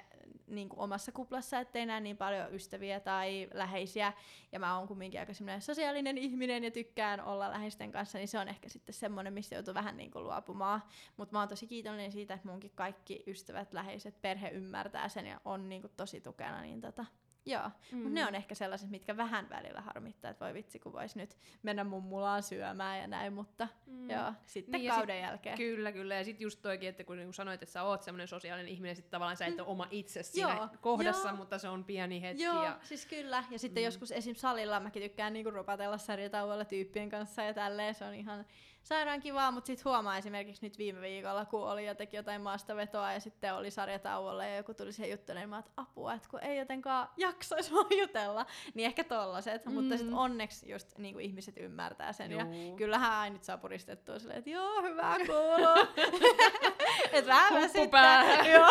niin kuin omassa kuplassa, ettei näe niin paljon ystäviä tai läheisiä, ja mä oon kumminkin aika semmoinen sosiaalinen ihminen ja tykkään olla läheisten kanssa, niin se on ehkä sitten semmoinen, mistä joutuu vähän niin kuin luopumaan. Mutta mä oon tosi kiitollinen siitä, että munkin kaikki ystävät, läheiset, perhe ymmärtää sen ja on niin kuin tosi tukena, niin tota, joo, mm. mutta ne on ehkä sellaiset, mitkä vähän välillä harmittaa, että voi vitsi, kun vois nyt mennä mummulaan syömään ja näin, mutta mm. joo, sitten niin kauden sit, jälkeen. Kyllä, kyllä, ja sitten just toikin, että kun sanoit, että sä oot semmoinen sosiaalinen ihminen, sitten tavallaan sä et ole oma itse siinä joo, kohdassa, joo. mutta se on pieni hetki. Joo, ja... siis kyllä, ja sitten mm. joskus esim. Salilla mäkin tykkään niinku rupatella sarjatauolla tyyppien kanssa ja tälleen, se on ihan sairaan kivaa, mutta sitten huomaa esimerkiksi nyt viime viikolla, kun oli ja teki jotain maastavetoa ja sitten oli sarjatauolla ja joku tuli siihen juttelemaan, että apua, että kun ei jotenkaan jaksaisi vaan jutella, niin ehkä tollaset, mm. mutta sitten onneksi just niin kuin ihmiset ymmärtää sen Juu. ja kyllähän aina nyt saa puristettua silleen, että joo, hyvä kuuluu. Että vähän väsyttää. Joo,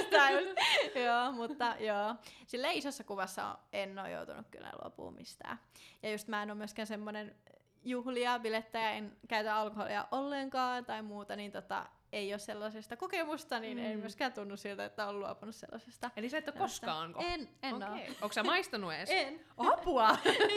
joo, mutta joo. Silleen isossa kuvassa en ole joutunut kyllä luopumaan mistään. Ja just mä en ole myöskään semmonen juhlia, bilettäjä, en käytä alkoholia ollenkaan tai muuta, niin tota, ei ole sellaisesta kokemusta, niin mm. ei myöskään tunnu siltä, että on luopunut sellaisesta. Eli sä et ole koskaan? En, en okay. ole. Onko sä maistanut edes? En. Apua!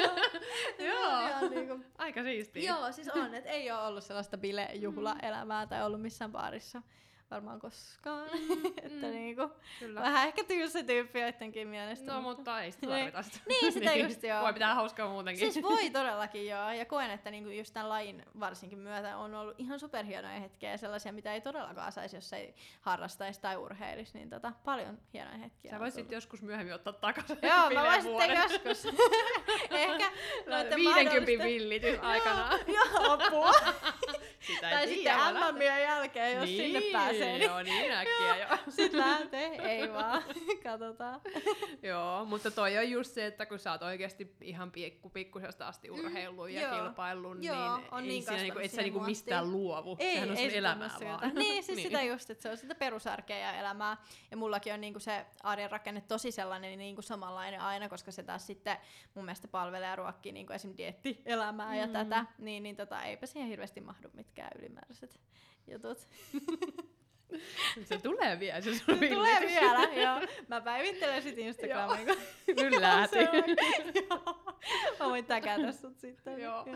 Joo. Niinku, aika siistiä. Joo, siis on, että ei ole ollut sellaista bilejuhlaelämää tai ollut missään baarissa varmaan koskaan. Mm. että niinku, vähän ehkä tylsä tyyppi joidenkin mielestä. No, mutta, mutta ei sitä tarvita sitä. Niin, sitä niin. just joo. Voi pitää hauskaa muutenkin. Siis voi todellakin joo. Ja koen, että niinku just tämän lajin varsinkin myötä on ollut ihan superhienoja hetkiä ja sellaisia, mitä ei todellakaan saisi, jos ei harrastaisi tai urheilisi. Niin tota, paljon hienoja hetkiä. Sä voisit joskus myöhemmin ottaa takaisin. Joo, mä voisin sitten joskus. Ehkä viidenkympin villitys aikanaan. Joo, apua. Sitä tai sitten M M:ien jälkeen, jos niin, sinne pääsee. Niin joo, niin äkkiä jo. Sitten lähtee, ei vaan, katsotaan. Joo, mutta toi on just se, että kun sä oot oikeesti ihan pikku, pikkusesta asti urheillut mm, ja joo, kilpaillut, joo, niin, on ei niin siinä niinku, et sä niinku mistään luovu. Ei, sehän on sun elämää vaan. Niin, siis niin. sitä just, että se on sitä perusarkea ja elämää. Ja mullakin on niinku se arjen rakenne tosi sellainen niinku samanlainen aina, koska se taas sitten mun mielestä palvelee ja ruokkii niinku esim. Dieettielämää mm. ja tätä. Niin, niin tota, eipä siihen hirveästi mahdu mitkään ylimääräiset jutut. Se tulee vielä, se sun Se tulee vielä, joo. Mä päivittelen sit Instagramiin. Nyt lähti. Mä voin täkätä sut sitten. Joo.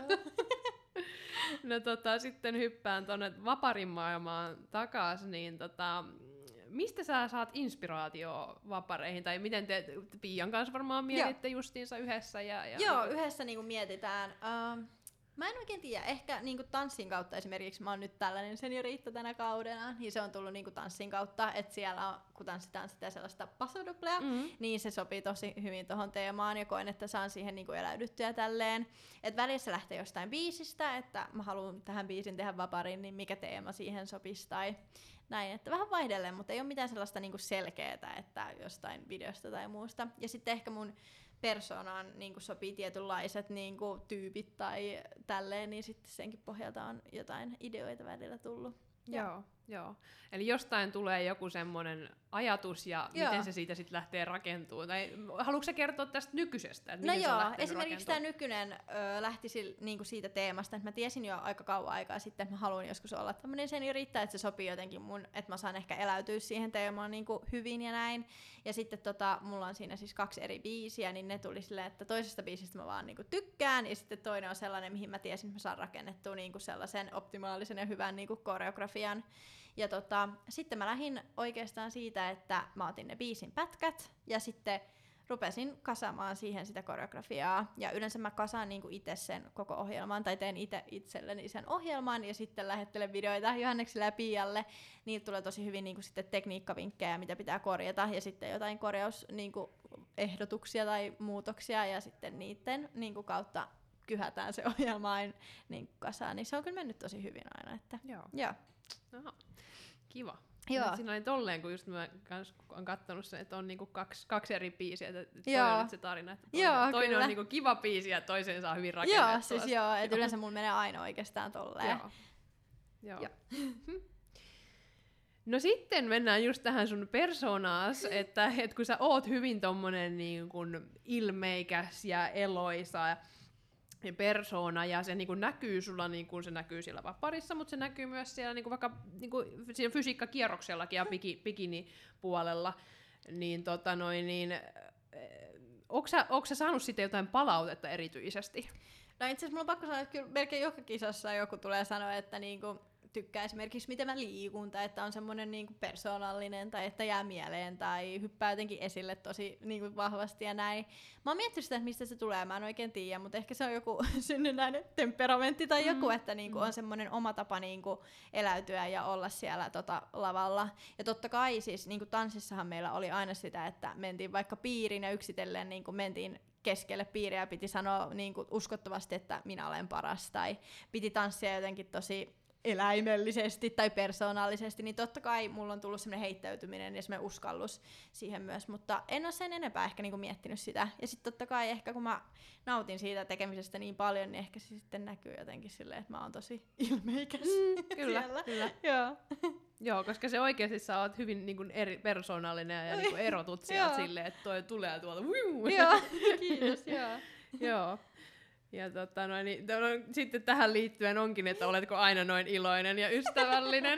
No tota, sitten hyppään tonne vaparin maailmaan takas, niin tota, mistä sä saat inspiraatioa vapareihin, tai miten te Piian kanssa varmaan mietitte joo. justiinsa yhdessä? Ja, ja joo, niin yhdessä niinku mietitään. Uh, Mä en oikein tiedä, ehkä niinku tanssin kautta esimerkiksi, mä oon nyt tällainen senioriitta tänä kaudena, niin se on tullut niinku tanssin kautta, että siellä on, kun tanssitaan sitä sellaista pasodoblea, mm-hmm. niin se sopii tosi hyvin tohon teemaan ja koen, että saan siihen niinku eläydyttyä tälleen. Et välissä lähtee jostain biisistä, että mä haluan tähän biisin tehdä vaparin, niin mikä teema siihen sopisi tai näin, että vähän vaihdellen, mutta ei ole mitään sellaista niinku selkeää, että jostain videosta tai muusta. Ja sitten ehkä mun persoonaan niin sopii tietynlaiset niin tyypit tai tälleen, niin sitten senkin pohjalta on jotain ideoita välillä tullut. Joo, joo. Eli jostain tulee joku semmoinen ajatus ja joo. miten se siitä sitten lähtee rakentumaan. Tai haluatko sä kertoa tästä nykyisestä? Että no joo, esimerkiksi tämä nykyinen ö, lähti sil, niinku siitä teemasta, että mä tiesin jo aika kauan aikaa sitten, että mä haluan joskus olla tämmöinen senioriitta, että se sopii jotenkin mun, että mä saan ehkä eläytyä siihen teemaan niinku hyvin ja näin. Ja sitten tota, mulla on siinä siis kaksi eri biisiä, niin ne tuli silleen, että toisesta biisistä mä vaan niinku tykkään, ja sitten toinen on sellainen, mihin mä tiesin, että mä saan rakennettua niinku sellaisen optimaalisen ja hyvän niinku koreografian. Ja tota, sitten mä lähdin oikeastaan siitä, että mä otin ne biisin pätkät ja sitten rupesin kasaamaan siihen sitä koreografiaa. Ja yleensä mä kasaan niinku itse sen koko ohjelman tai teen itse itselleni sen ohjelman ja sitten lähettelen videoita Johannekselle ja Pialle. Niiltä tulee tosi hyvin niinku sitten tekniikkavinkkejä, mitä pitää korjata ja sitten jotain korjausehdotuksia tai muutoksia ja sitten niiden niinku kautta kyhätään se ohjelma niin kasaan. Niin se on kyllä mennyt tosi hyvin aina. Että, joo. joo. Aha. Kiva. Joo. Siinä oli tolleen, kun just mä kans on kattonut sen, että on niinku kaksi, kaksi eri biisiä, että toi on nyt se tarina, että toinen, joo, toinen on niinku kiva biisi ja toiseen saa hyvin rakennettua. Joo, siis joo, että yleensä mulla menee aina oikeastaan tolleen. Joo. Joo. Joo. No sitten mennään just tähän sun persoonaas, että, että kun sä oot hyvin tommonen niin kuin ilmeikäs ja eloisa persoona ja se niinku näkyy sulla, niinku se näkyy siellä vaparissa, mutta se näkyy myös siellä niinku vaikka niinku siinä fysiikkakierroksellakin ja bikini-puolella. niin, tota noin, niin onko sä, onko sä saanut sitten jotain palautetta erityisesti? No itse asiassa mulla on pakko sanoa, että kyllä melkein joka kisassa joku tulee sanoa, että niinku tykkää esimerkiksi miten mä liikun, tai että on semmoinen niinku persoonallinen, tai että jää mieleen, tai hyppää jotenkin esille tosi niinku vahvasti ja näin. Mä oon miettinyt sitä, että mistä se tulee, mä en oikein tiedä, mutta ehkä se on joku synnynnäinen temperamentti tai joku, mm. että niinku mm. on semmoinen oma tapa niinku eläytyä ja olla siellä tota lavalla. Ja totta kai siis niinku tanssissahan meillä oli aina sitä, että mentiin vaikka piiriin ja yksitellen niinku mentiin keskelle piiriä ja piti sanoa niinku uskottavasti, että minä olen paras, tai piti tanssia jotenkin tosi eläimellisesti tai persoonallisesti, niin totta kai mulla on tullut semmoinen heittäytyminen ja semmoinen uskallus siihen myös, mutta en ole sen enempää ehkä niinku miettinyt sitä. Ja sitten totta kai ehkä kun mä nautin siitä tekemisestä niin paljon, niin ehkä se sitten näkyy jotenkin silleen, että mä oon tosi ilmeikäs. Mm, kyllä, kyllä. Joo. Joo, koska se oikeasti sä oot hyvin niin kuin eri, persoonallinen ja niin kuin erotut sieltä silleen, että toi tulee tuolta. Joo, kiitos, joo. Joo. Ja tota, no, niin, no, sitten tähän liittyen onkin, että oletko aina noin iloinen ja ystävällinen?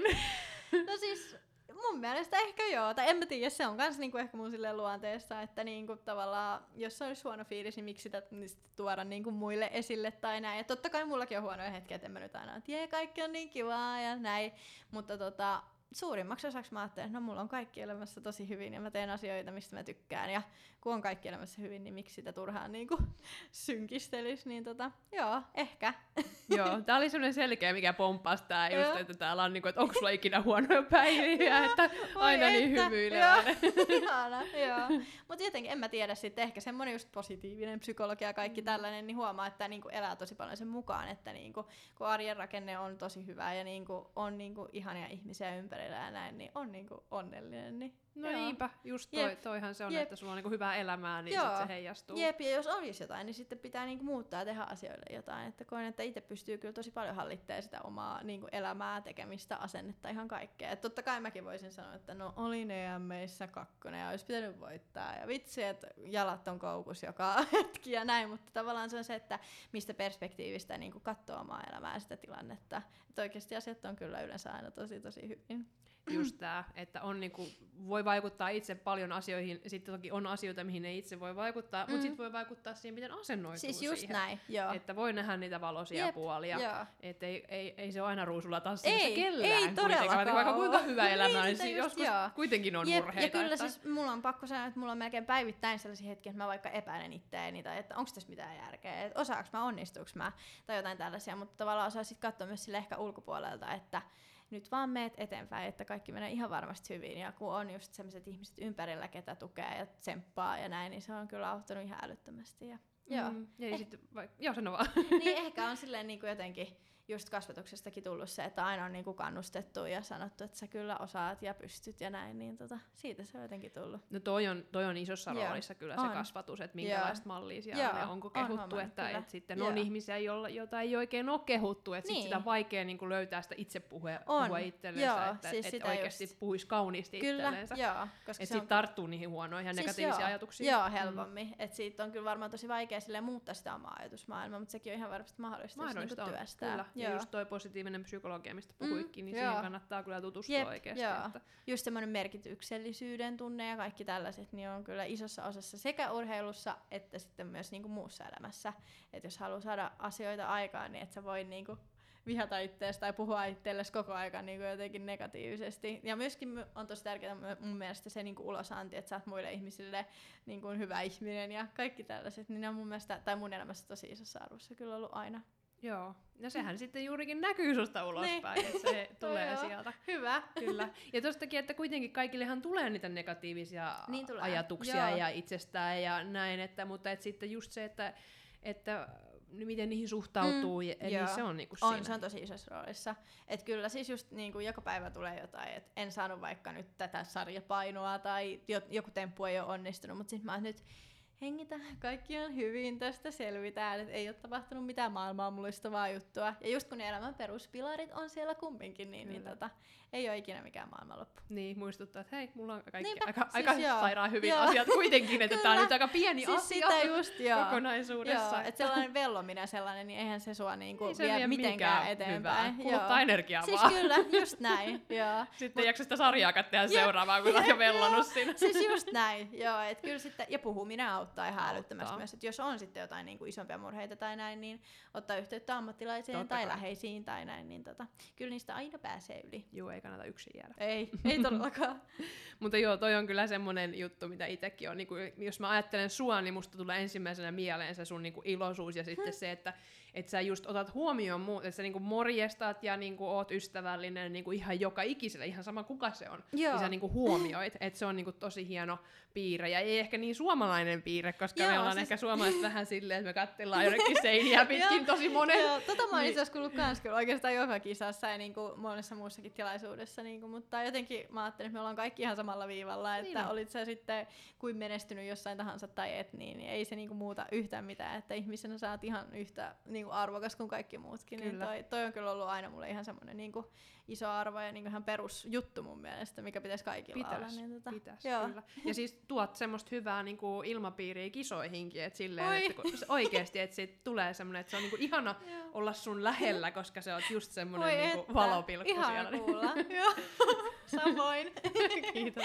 No siis mun mielestä ehkä joo, tai en mä tiedä, se on kans niinku ehkä mun silleen luonteessa, että niinku tavallaan, jos olisi huono fiilis, niin miksi sitä niin tuoda niinku muille esille tai näin. Ja totta kai mullakin on huonoja hetkiä, että en mä nyt aina, että jee, kaikki on niin kivaa ja näin, mutta tota, suurimmaksi osaksi mä ajattelen, että no mulla on kaikki elämässä tosi hyvin ja mä teen asioita, mistä mä tykkään. Ja kun on kaikki elämässä hyvin, niin miksi sitä turhaan niin kuin synkistelisi. Niin tota, joo, ehkä. Joo, tää oli semmoinen selkeä, mikä pomppasi tää just, että täällä on niinku, että onko sulla ikinä huonoja päiviä, että aina niin hymyileväinen. Ihana, joo. Mutta jotenkin en mä tiedä sitten, ehkä semmoinen just positiivinen psykologia ja kaikki tällainen, niin huomaa, että niinku elää tosi paljon sen mukaan, että niinku, kun arjen rakenne on tosi hyvä ja niinku on niinku ihania ihmisiä ympärillä ja näin, niin on niinku onnellinen. Niin no joo. niinpä, just toi, Jep. toihan se on, Jep. että sulla on niinku hyvää elämää, niin Joo. sit se heijastuu. Jep, ja jos olisi jotain, niin sitten pitää niinku muuttaa ja tehdä asioille jotain. Että koen, että itse pystyy kyllä tosi paljon hallitsemaan sitä omaa niinku elämää, tekemistä, asennetta, ihan kaikkea. Et totta kai mäkin voisin sanoa, että no olin E M:issä kakkonen ja olisi pitänyt voittaa. Ja vitsi, että jalat on koukus joka hetki ja näin. Mutta tavallaan se on se, että mistä perspektiivistä niinku katsoo omaa elämää ja sitä tilannetta. Että oikeasti asiat on kyllä yleensä aina tosi tosi hyvin. Just tää, että on niinku, voi vaikuttaa itse paljon asioihin, sitten toki on asioita, mihin ei itse voi vaikuttaa, mm. mutta sitten voi vaikuttaa siihen, miten asennoituu siis just siihen. Näin, joo. Että voi nähdä niitä valoisia Jep, puolia, että ei, ei, ei se ole aina ruusulla tanssimassa ei, kellään. Ei todellakaan. Vaikka kuinka hyvä elämä, niin, niin joskus joo. kuitenkin on Jep, murheita. ja kyllä että... siis mulla on pakko sanoa, että mulla on melkein päivittäin sellaisia hetkiä, että mä vaikka epäilen itteeni, tai että onko tässä mitään järkeä, että osaanko mä, onnistuuko mä, tai jotain tällaisia, mutta tavallaan osaa sitten katsoa myös sille ehkä ulkopuolelta, että nyt vaan meet eteenpäin, että kaikki menee ihan varmasti hyvin. Ja kun on just sellaiset ihmiset ympärillä, ketä tukee ja tsemppaa ja näin, niin se on kyllä auttanut ihan älyttömästi. Ja, mm, joo. ja eh. sitten, vaik- joo, sano vaan. Niin ehkä on silleen niin kuin jotenkin just kasvatuksestakin tullut se, että aina on niin kuin kannustettu ja sanottu, että sä kyllä osaat ja pystyt ja näin, niin tota, siitä se on jotenkin tullut. No toi on, toi on isossa Joo. roolissa kyllä on. se kasvatus, että minkälaista mallia siellä Joo. on, onko On kehuttu, huomannut, että kyllä. et sitten Joo. on ihmisiä, jolla, joita ei oikein ole kehuttu, että Niin. sit sitä on vaikea niin kuin löytää sitä itsepuhua On. itsellensä, Joo, että siis et sitä oikeasti just. puhuisi kauniisti Kyllä, itsellensä. joo. Koska Että se sitten on tarttuu niihin huonoihin ja siis negatiivisiin joo, ajatuksiin. Joo, helpommin. Mm. Että siitä on kyllä varmaan tosi vaikea silleen muuttaa sitä omaa ajatusmaailmaa, mutta sekin on ihan varmasti mahdollista, Mahdollista jos on, niinku työstää. kyllä. Ja Joo. just toi positiivinen psykologia, mistä puhuitkin, niin Mm, siihen joo. kannattaa kyllä tutustua Jep, oikeasti. joo. Että... Just semmoinen merkityksellisyyden tunne ja kaikki tällaiset, niin on kyllä isossa osassa sekä urheilussa että sitten myös niinku muussa elämässä. Että jos haluaa saada asioita aikaan, niin et sä voi niinku vihata ittees tai puhua itsellesi koko ajan niin jotenkin negatiivisesti. Ja myöskin on tosi tärkeää mun mielestä se niin kuin ulosanti, että sä oot muille ihmisille niin kuin hyvä ihminen ja kaikki tällaiset. Niin ne on mun mielestä, tai mun elämässä tosi isossa arvossa kyllä ollut aina. Joo, ja sehän sitten juurikin näkyy susta ulospäin, Niin. että se tulee Joo. sieltä. Hyvä. Kyllä. Ja tostakin, että kuitenkin kaikillehan tulee niitä negatiivisia Niin tulee. ajatuksia Joo. ja itsestään ja näin, että, mutta et sitten just se, että, että miten niihin suhtautuu, mm, ja, niin se on niinku on, siinä. se on tosi isossa roolissa. Et kyllä siis just niinku joka päivä tulee jotain, että en saanut vaikka nyt tätä sarjapainoa tai jo, joku temppu ei ole onnistunut, mutta sitten mä oon nyt hengitä, kaikki on hyvin, tästä selvitään, että ei ole tapahtunut mitään maailmaa mullistavaa juttua. Ja just kun ne elämän peruspilarit on siellä kumminkin, niin, niin tota, ei ole ikinä mikään maailmanloppu. Niin, muistuttaa, että hei, mulla on kaikki Niinpä, aika, siis aika joo, sairaan hyvin joo. asiat kuitenkin, että tää on nyt aika pieni siis asia sitä just, joo. kokonaisuudessa. Joo, että sellainen vellominen sellainen, niin eihän se sua niinku ei se vie vie mitenkään eteenpäin. Hyvää. Kuluttaa energiaa siis vaan. kyllä, just näin. Joo. Sitten Mut, ei jaksa sitä sarjaakaan tehdä seuraavaa, kun olet jo vellonut siinä. Siis just näin, joo, et kyllä sitten, ja puhuminen auttaa ihan älyttömästi Auttaa. myös, että jos on sitten jotain niinku isompia murheita tai näin, niin ottaa yhteyttä ammattilaisiin Totta tai kai. läheisiin tai näin, niin tota, kyllä niistä aina pääsee yli. Joo, ei kannata yksin jäädä. Ei, ei todellakaan. Mutta joo, toi on kyllä semmonen juttu, mitä itsekin on. Niinku, jos mä ajattelen sua, niin musta tulee ensimmäisenä mieleen se sun niinku iloisuus ja sitten se, että et sä just otat huomioon muut, että sä niinku morjestat ja niinku oot ystävällinen niinku ihan joka ikiselle, ihan sama kuka se on. Joo. Niin sä niinku huomioit, että se on niinku tosi hieno piirre ja ei ehkä niin suomalainen piirre, koska Joo, me ollaan siis- ehkä suomalaiset vähän silleen, että me katsellaan jonnekin seiniä pitkin tosi monen. Joo, tota mä oon Niin. itse asiassa kuullut kans kyllä oikeastaan joka kisassa ja niinku monessa muussakin tilaisuudessa, niinku, mutta jotenkin mä ajattelin, että me ollaan kaikki ihan samalla viivalla, että Niin on. olit sä sitten kuin menestynyt jossain tahansa tai et, niin, niin ei se niinku muuta yhtään mitään, että ihmisenä sä oot ihan yhtä niinku arvokas kuin kaikki muutkin, niin Kyllä. toi, toi on kyllä ollut aina mulle ihan semmoinen niinku iso arvo ja niinku ihan perusjuttu mun mielestä, mikä pitäisi kaikilla Pitäis, olla. Niin tota, pitäis, joo. kyllä. Ja siis tuot semmoista hyvää niinku ilmapiiriä kisoihinkin, että silleen, Oi. että kun, se oikeesti, että siitä tulee semmoinen, että se on niinku ihana Joo. olla sun lähellä, koska se on just Voi semmoinen niinku että, valopilkku ihana siellä. kuulla. Joo, samoin. Kiitos.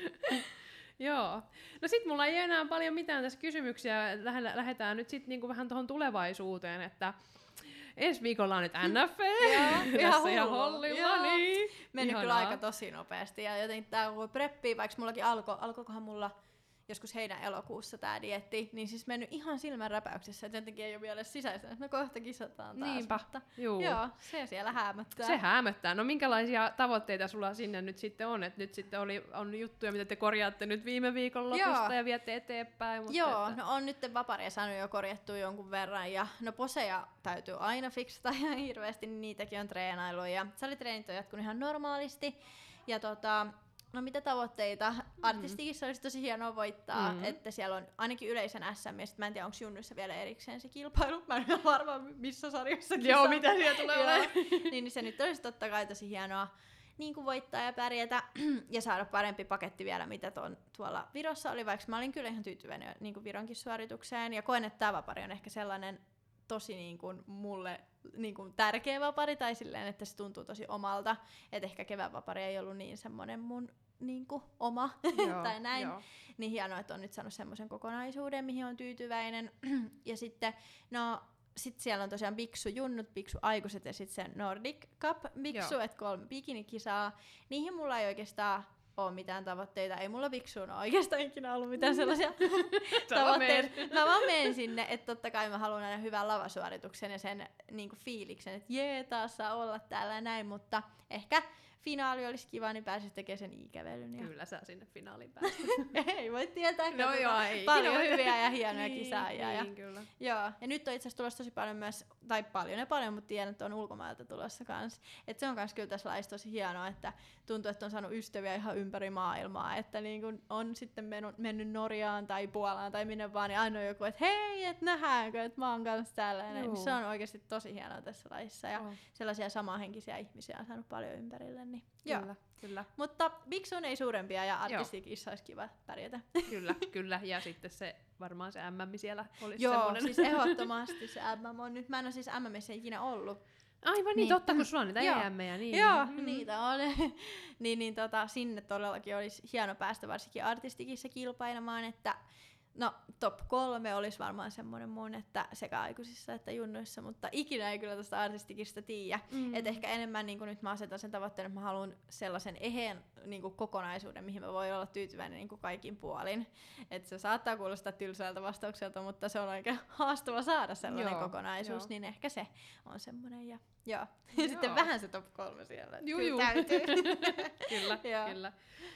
Joo. No sit mulla ei enää paljon mitään tässä kysymyksiä. Lähellä, lähdetään nyt sit niinku vähän tuohon tulevaisuuteen, että ensi viikolla on nyt N F A Joo, ihan tässä ja hullua. Hollilla, Joo. niin Mennyt kyllä ihanaa. aika tosi nopeasti ja jotenkin tää kun preppii, vaikka mullakin alkoi, alkoikohan mulla joskus heinä elokuussa tää dieetti, niin siis mennyt ihan silmän räpäyksessä, että jotenkin ei ole vielä sisäistä, että no kohta kisataan taas. Niinpä, Mutta, juu. joo, se siellä häämöttää. Se hämöttää. No minkälaisia tavoitteita sulla sinne nyt sitten on? Et nyt sitten oli, on juttuja, mitä te korjaatte nyt viime viikon lopusta Joo. ja viette eteenpäin. Mutta Joo, että... no on nyt vaparia saanut jo korjattua jonkun verran ja no poseja täytyy aina fiksata ihan hirveästi, niin niitäkin on treenailu ja salitreenit on jatkunut ihan normaalisti ja tota, no mitä tavoitteita? Mm. Artistikissa olisi tosi hienoa voittaa, Mm. että siellä on ainakin yleisen S M, ja sit mä en tiedä onko junnuissa vielä erikseen se kilpailu, mä en ole varma missä sarjassa Joo, kisaa. mitä siellä tulee Joo. olemaan. niin, niin se nyt olisi totta kai tosi hienoa niin kuin voittaa ja pärjätä ja saada parempi paketti vielä, mitä tuon, tuolla Virossa oli, vaikka mä olin kyllä ihan tyytyväinen niin kuin Vironkin suoritukseen ja koen, että tämä vapari on ehkä sellainen tosi niin kuin mulle niin kuin tärkeä vapari tai silleen, että se tuntuu tosi omalta, että ehkä kevään vapari ei ollut niin semmoinen mun niin kuin oma Joo, tai näin. joo. Niin hienoa, että on nyt saanut semmoisen kokonaisuuden, mihin on tyytyväinen. ja sitten, no, sit siellä on tosiaan Biksu junnut, Biksu aikuiset ja sitten se Nordic Cup Biksu, että kolme bikinikisaa. Niihin mulla ei oikeastaan ole mitään tavoitteita. Ei mulla Biksuun ole oikeastaan ikinä ollut mitään sellaisia tavoitteita. Mä vaan menen sinne, että totta kai mä haluan aina hyvän lavasuorituksen ja sen niin kuin fiiliksen, että jee, taas saa olla täällä ja näin, mutta ehkä finaali olisi kiva, niin pääsis tekemään sen i-kävelyn. Ja... Kyllä sä sinne finaaliin pääset. ei voi tietää, No katsotaan. joo, ei. Paljon Kyllä. hyviä ja hienoja niin, kisaajia. Ja, Niin, kyllä. joo. Ja nyt on itse asiassa tulossa tosi paljon myös, tai paljon ja paljon, mutta tiedän, että on ulkomailta tulossa kans. Et se on kans kyllä tässä laissa tosi hienoa, että tuntuu, että on saanut ystäviä ihan ympäri maailmaa. Että niin kun on sitten mennyt, mennyt Norjaan tai Puolaan tai minne vaan, niin aina on joku, että hei, et nähdäänkö, että mä oon kanssa täällä. Ja näin. Joo. Se on oikeasti tosi hienoa tässä laissa. Ja Oh. sellaisia samanhenkisiä ihmisiä on saanut paljon ympärille. Niin. Joo. Kyllä, kyllä. Mutta Biksun ei suurempia ja artistikissa olisi kiva pärjätä. Kyllä, kyllä. Ja sitten se varmaan se M M siellä olisi Joo, semmoinen. siis ehdottomasti se M M on nyt. Mä en ole siis M M:ssä ikinä ollut. Aivan niin, Niin. totta, kun sulla on niitä Joo. E M-jä. Niin. Joo, Mm. niitä on. niin, niin tota, sinne todellakin olisi hieno päästä varsinkin artistikissa kilpailemaan, että no top kolme olisi varmaan semmoinen mun, että sekä aikuisissa että junnuissa, mutta ikinä ei kyllä tästä artistikista tiedä. Mm. Et ehkä enemmän niin nyt mä asetan sen tavoitteen, että mä haluan sellaisen eheen niin kokonaisuuden, mihin mä voin olla tyytyväinen niin kaikin puolin. Et se saattaa kuulostaa tylsältä vastaukselta, mutta se on oikein haastava saada sellainen Joo, kokonaisuus, joo. niin ehkä se on semmoinen. Ja, joo. Joo. Sitten vähän se top kolme siellä. Juu, Kyllä juu. täytyy. Kyllä, Joo. kyllä.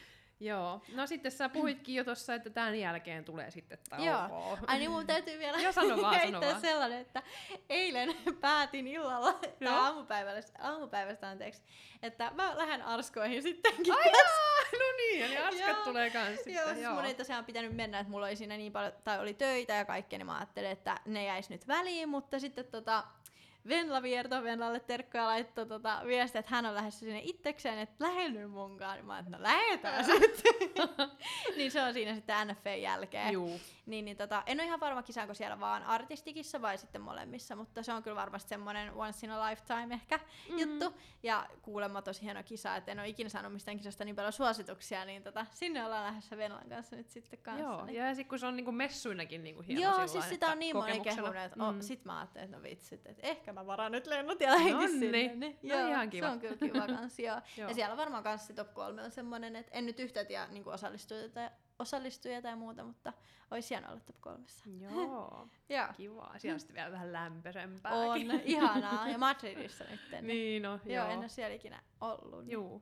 Joo, no sitten sä puhuitkin jo tossa, että tämän jälkeen tulee sitten tauko. Joo. Ai niin, mun täytyy vielä Joo, sano vaan, sano heittää vaan. sellainen, että eilen päätin illalla, tai Joo. aamupäivästä, aamupäivästä anteeksi, että mä lähden arskoihin sittenkin. Ai jaa! No niin, eli askat Joo. tulee kans sitten. Joo, siis joo. mun ei tosiaan pitänyt mennä, että mulla oli siinä niin paljon, tai oli töitä ja kaikkea, niin mä ajattelin, että ne jäis nyt väliin, mutta sitten tota, Venla Vierto Venlalle terkkoja laittoi tota viestiä, että hän on lähdössä sinne itsekseen, että lähde mukaan. Niin mä ajattelin, no lähetään sitten. Niin se on siinä sitten N F N jälkeen. Juu. Niin, niin tota, en ole ihan varma kisaanko siellä vaan artistikissa vai sitten molemmissa, mutta se on kyllä varmasti semmoinen once in a lifetime ehkä Mm-hmm. juttu. Ja kuulemma tosi hieno kisa, että en ole ikinä saanut mistään kisasta niin paljon suosituksia, niin tota, sinne ollaan lähdössä Venlan kanssa nyt sitten kanssa. Joo, niin. ja sitten kun se on niinku messuinakin niinku hieno Joo, sillain, siis sitä että on niin moni kokemuksella. kehunut, että Mm. oh, sit mä ajattelin, että no vitsit, että ehkä mä varaan nyt lennot ja lähdenkin Nonni. sinne. Niin. No Joo, ihan kiva. se on kyllä kiva kans, joo. Joo. Ja siellä varmaan kans se top kolme on semmonen, että en nyt yhtä tiedä niin osallistujia, tai, osallistujia tai muuta, mutta olisi hienoa olla top kolmessa. Joo, Joo. kiva. Siellä on sitten vielä vähän lämpöisempää. On, ihanaa. Ja Madridissa nyt. Niin, no, Joo, joo. en ole siellä ikinä ollut. Niin. Juu.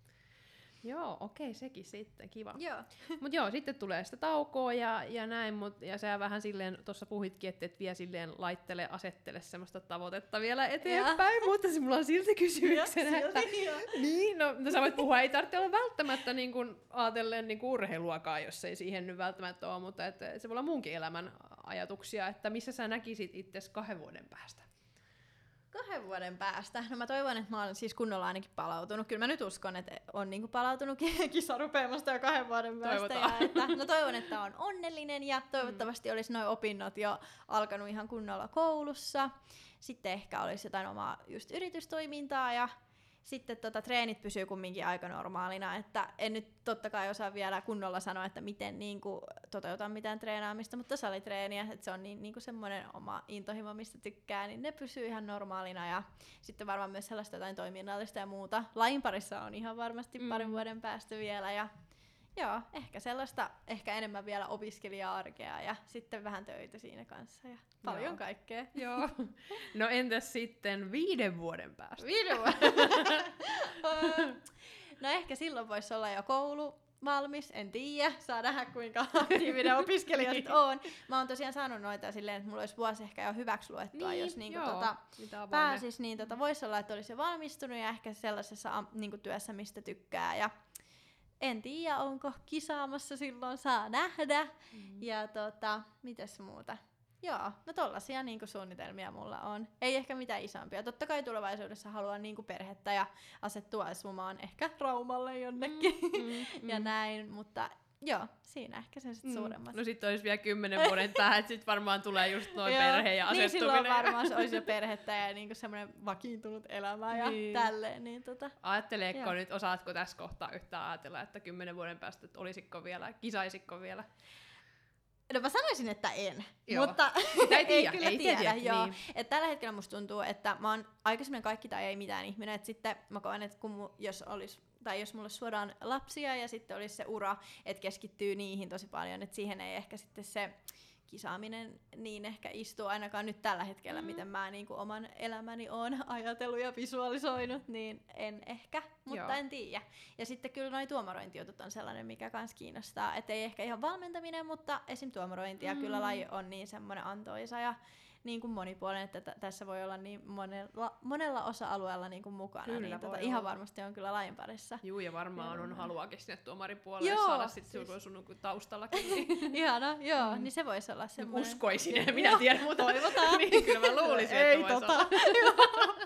Joo, okei, sekin sitten, kiva. Joo. Mut joo, sitten tulee sitä taukoa ja, ja näin, mut, ja sä vähän silleen, tuossa puhuitkin, että et vielä silleen laittele, asettele semmoista tavoitetta vielä eteenpäin, mutta se mulla on silti kysymyksenä, että niin, no, no sä voit puhua, ei tarvitse olla välttämättä niin kuin, ajatellen niin kuin urheiluakaan, jos ei siihen nyt välttämättä ole, mutta et, se voi olla muunkin elämän ajatuksia, että missä sä näkisit itses kahden vuoden päästä? Kahden vuoden päästä. No mä toivon, että mä olen siis kunnolla ainakin palautunut. Kyllä mä nyt uskon, että on niinku palautunut kisarupeamasta jo kahden vuoden päästä. Ja että, no toivon, että on onnellinen ja toivottavasti olisi nuo opinnot jo alkanut ihan kunnolla koulussa. Sitten ehkä olisi jotain omaa just yritystoimintaa ja sitten tota, treenit pysyy kumminkin aika normaalina, että en nyt totta kai osaa vielä kunnolla sanoa, että miten niin kuin, toteutan mitään treenaamista, mutta salitreeniä, että se on niin, niin kuin semmoinen oma intohimo, mistä tykkää, niin ne pysyy ihan normaalina ja sitten varmaan myös sellaista jotain toiminnallista ja muuta. Lajin parissa on ihan varmasti mm. parin vuoden päästä vielä ja joo, ehkä sellaista, ehkä enemmän vielä opiskelija-arkea ja sitten vähän töitä siinä kanssa ja paljon Joo. kaikkea. Joo. No entäs sitten viiden vuoden päästä? Viiden vuoden. No ehkä silloin voisi olla jo koulu valmis, en tiedä, saa nähdä kuinka aktiivinen opiskelija sit on. Mä oon tosiaan saanut noita silleen, että mulla olisi vuosi ehkä jo hyväksi luettua, Niin, jos niinku joo, tota, mitä pääsis, niin tota, voisi olla, että olisi jo valmistunut ja ehkä sellaisessa am- niinku työssä, mistä tykkää. Ja en tiedä, onko kisaamassa silloin, saa nähdä. Mm. Ja tota, mitäs muuta? Joo, no tollasia niinku suunnitelmia mulla on. Ei ehkä mitään isompia. Totta kai tulevaisuudessa haluan niinku perhettä ja asettua asumaan ehkä Raumalle jonnekin mm, mm, ja mm. näin, mutta joo, siinä ehkä sen sit mm. suuremmat. No sit olisi vielä kymmenen vuoden tähän, että sit varmaan tulee just noin perhe ja asettuminen. Niin silloin varmaan olisi jo perhettä ja niinku semmoinen vakiintunut elämä ja niin. tälleen. Niin tota, ajatteleeko joo. nyt, osaatko tässä kohtaa yhtään ajatella, että kymmenen vuoden päästä, että olisitko vielä, kisaisitko vielä? No mä sanoisin, että en, Joo. mutta ei, tiedä, ei kyllä ei tiedä. tiedä Joo. niin. Et tällä hetkellä musta tuntuu, että mä oon aika semmoinen kaikki tai ei mitään ihminen, että sitten mä koen, että kun mu, jos olisi tai jos mulle suodaan lapsia ja sitten olisi se ura, että keskittyy niihin tosi paljon, että siihen ei ehkä sitten se kisaaminen niin ehkä istuu ainakaan nyt tällä hetkellä, mm. miten mä niin kuin oman elämäni oon ajatellut ja visualisoinut, niin en ehkä, mutta Joo. en tiedä. Ja sitten kyllä noi tuomarointijutut on sellainen, mikä kans kiinnostaa, että ei ehkä ihan valmentaminen, mutta esim. Tuomarointi ja mm. kyllä laji on niin semmoinen antoisa ja niin kuin monipuolinen, että t- tässä voi olla niin monella, monella osa-alueella niin kuin mukana, Kyllä niin tota, voi ihan olla. varmasti on kyllä lajin parissa. Juu, ja varmaan Joo. on haluakin sinne tuomaripuolelle Joo, saada sit siis- siis... sun taustallakin. Niin Ihana, joo, Mm. niin se voisi olla semmoinen. uskoisin, en minä Joo, tiedä, mutta toivotaan. niin, kyllä mä luulisin, Ei että voisi tota. olla.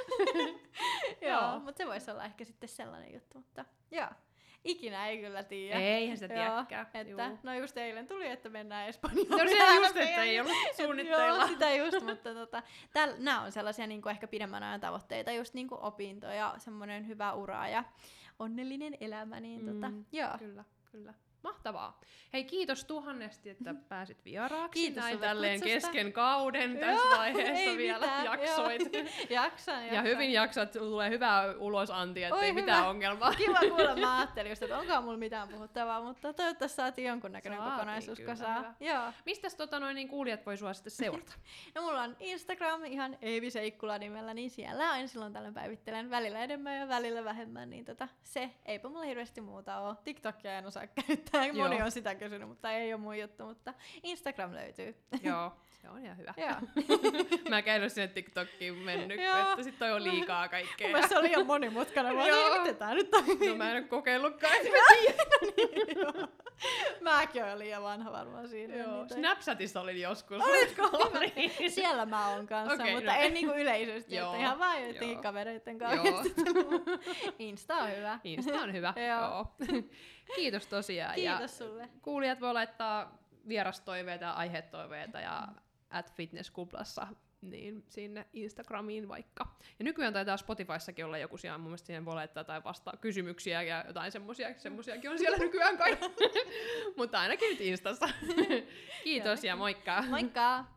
Joo, Joo. mutta se voisi olla ehkä sitten sellainen juttu, mutta joo. Ikinä ei kyllä tiedä. Eihän sitä Joo, tiedäkään. että, Juu. no just eilen tuli, että mennään Espanjaan. No se just, että ei ollut suunnitteilla. Joo, sitä just, mutta tota, nämä on sellaisia niin kuin ehkä pidemmän ajan tavoitteita, just niin kuin opinto ja semmoinen hyvä ura ja onnellinen elämä, niin Mm, tota, joo. Kyllä, kyllä. Mahtavaa. Hei, kiitos tuhannesti, että pääsit vieraaksi. Kiitos näin sulle tälleen kutsusta. kesken kauden tässä Joo, vaiheessa ei vielä mitään, jaksoit. joo. jaksan, jaksan. Ja hyvin jaksat, tulee hyvää ulosanti, ettei Oi, mitään hyvä. ongelmaa. Kiva kuulla, mä ajattelin just, että onkohan mulla mitään puhuttavaa, mutta toivottavasti saatiin jonkunnäköinen Saatiin, kokonaisuus kyllä, kasaan. hyvä. Joo. Mistäs tota noin niin kuulijat voi sua sitten seurata? No mulla on Instagram ihan Eevi Seikkula nimellä, niin siellä aina silloin tällöin päivittelen välillä enemmän ja välillä vähemmän, niin tota, se, eipä mulla hirveästi muuta oo. TikTokia en osaa käyttää Moni Joo. on sitä kysynyt, mutta ei ole mun juttu, mutta Instagram löytyy. Joo, se on ihan hyvä. Joo. Mä en käynyt sinne TikTokkiin mennyt, Joo. että sit toi on liikaa kaikkea. Mun mielestä se oli liian monimutkainen. Mä Joo. olin, miten tää nyt toimii? No mä en oo kokeillutkaan. Joo. Mäkin olen liian vanha varmaan siinä. Joo. Niitä- Snapchatissa olin joskus. Olitko? Olin. Siellä mä oon kanssa, Okei, mutta no. en niinku yleisesti, Joo, että ihan vaan joidenkin joo. kavereiden kanssa. Joo. Insta on hyvä. Insta on hyvä. Joo. Joo. Kiitos tosiaan. Kiitos Ja sulle. kuulijat voi laittaa vierastoiveita ja aihetoiveita ja at fitnesskuplassa niin sinne Instagramiin vaikka. Ja nykyään taitaa Spotifyssakin olla joku siellä, mun mielestä siihen voi laittaa tai vastaa kysymyksiä ja jotain semmosia, semmosiakin on siellä nykyään kai. Mutta ainakin nyt Instassa. Kiitos ja moikka! Moikka!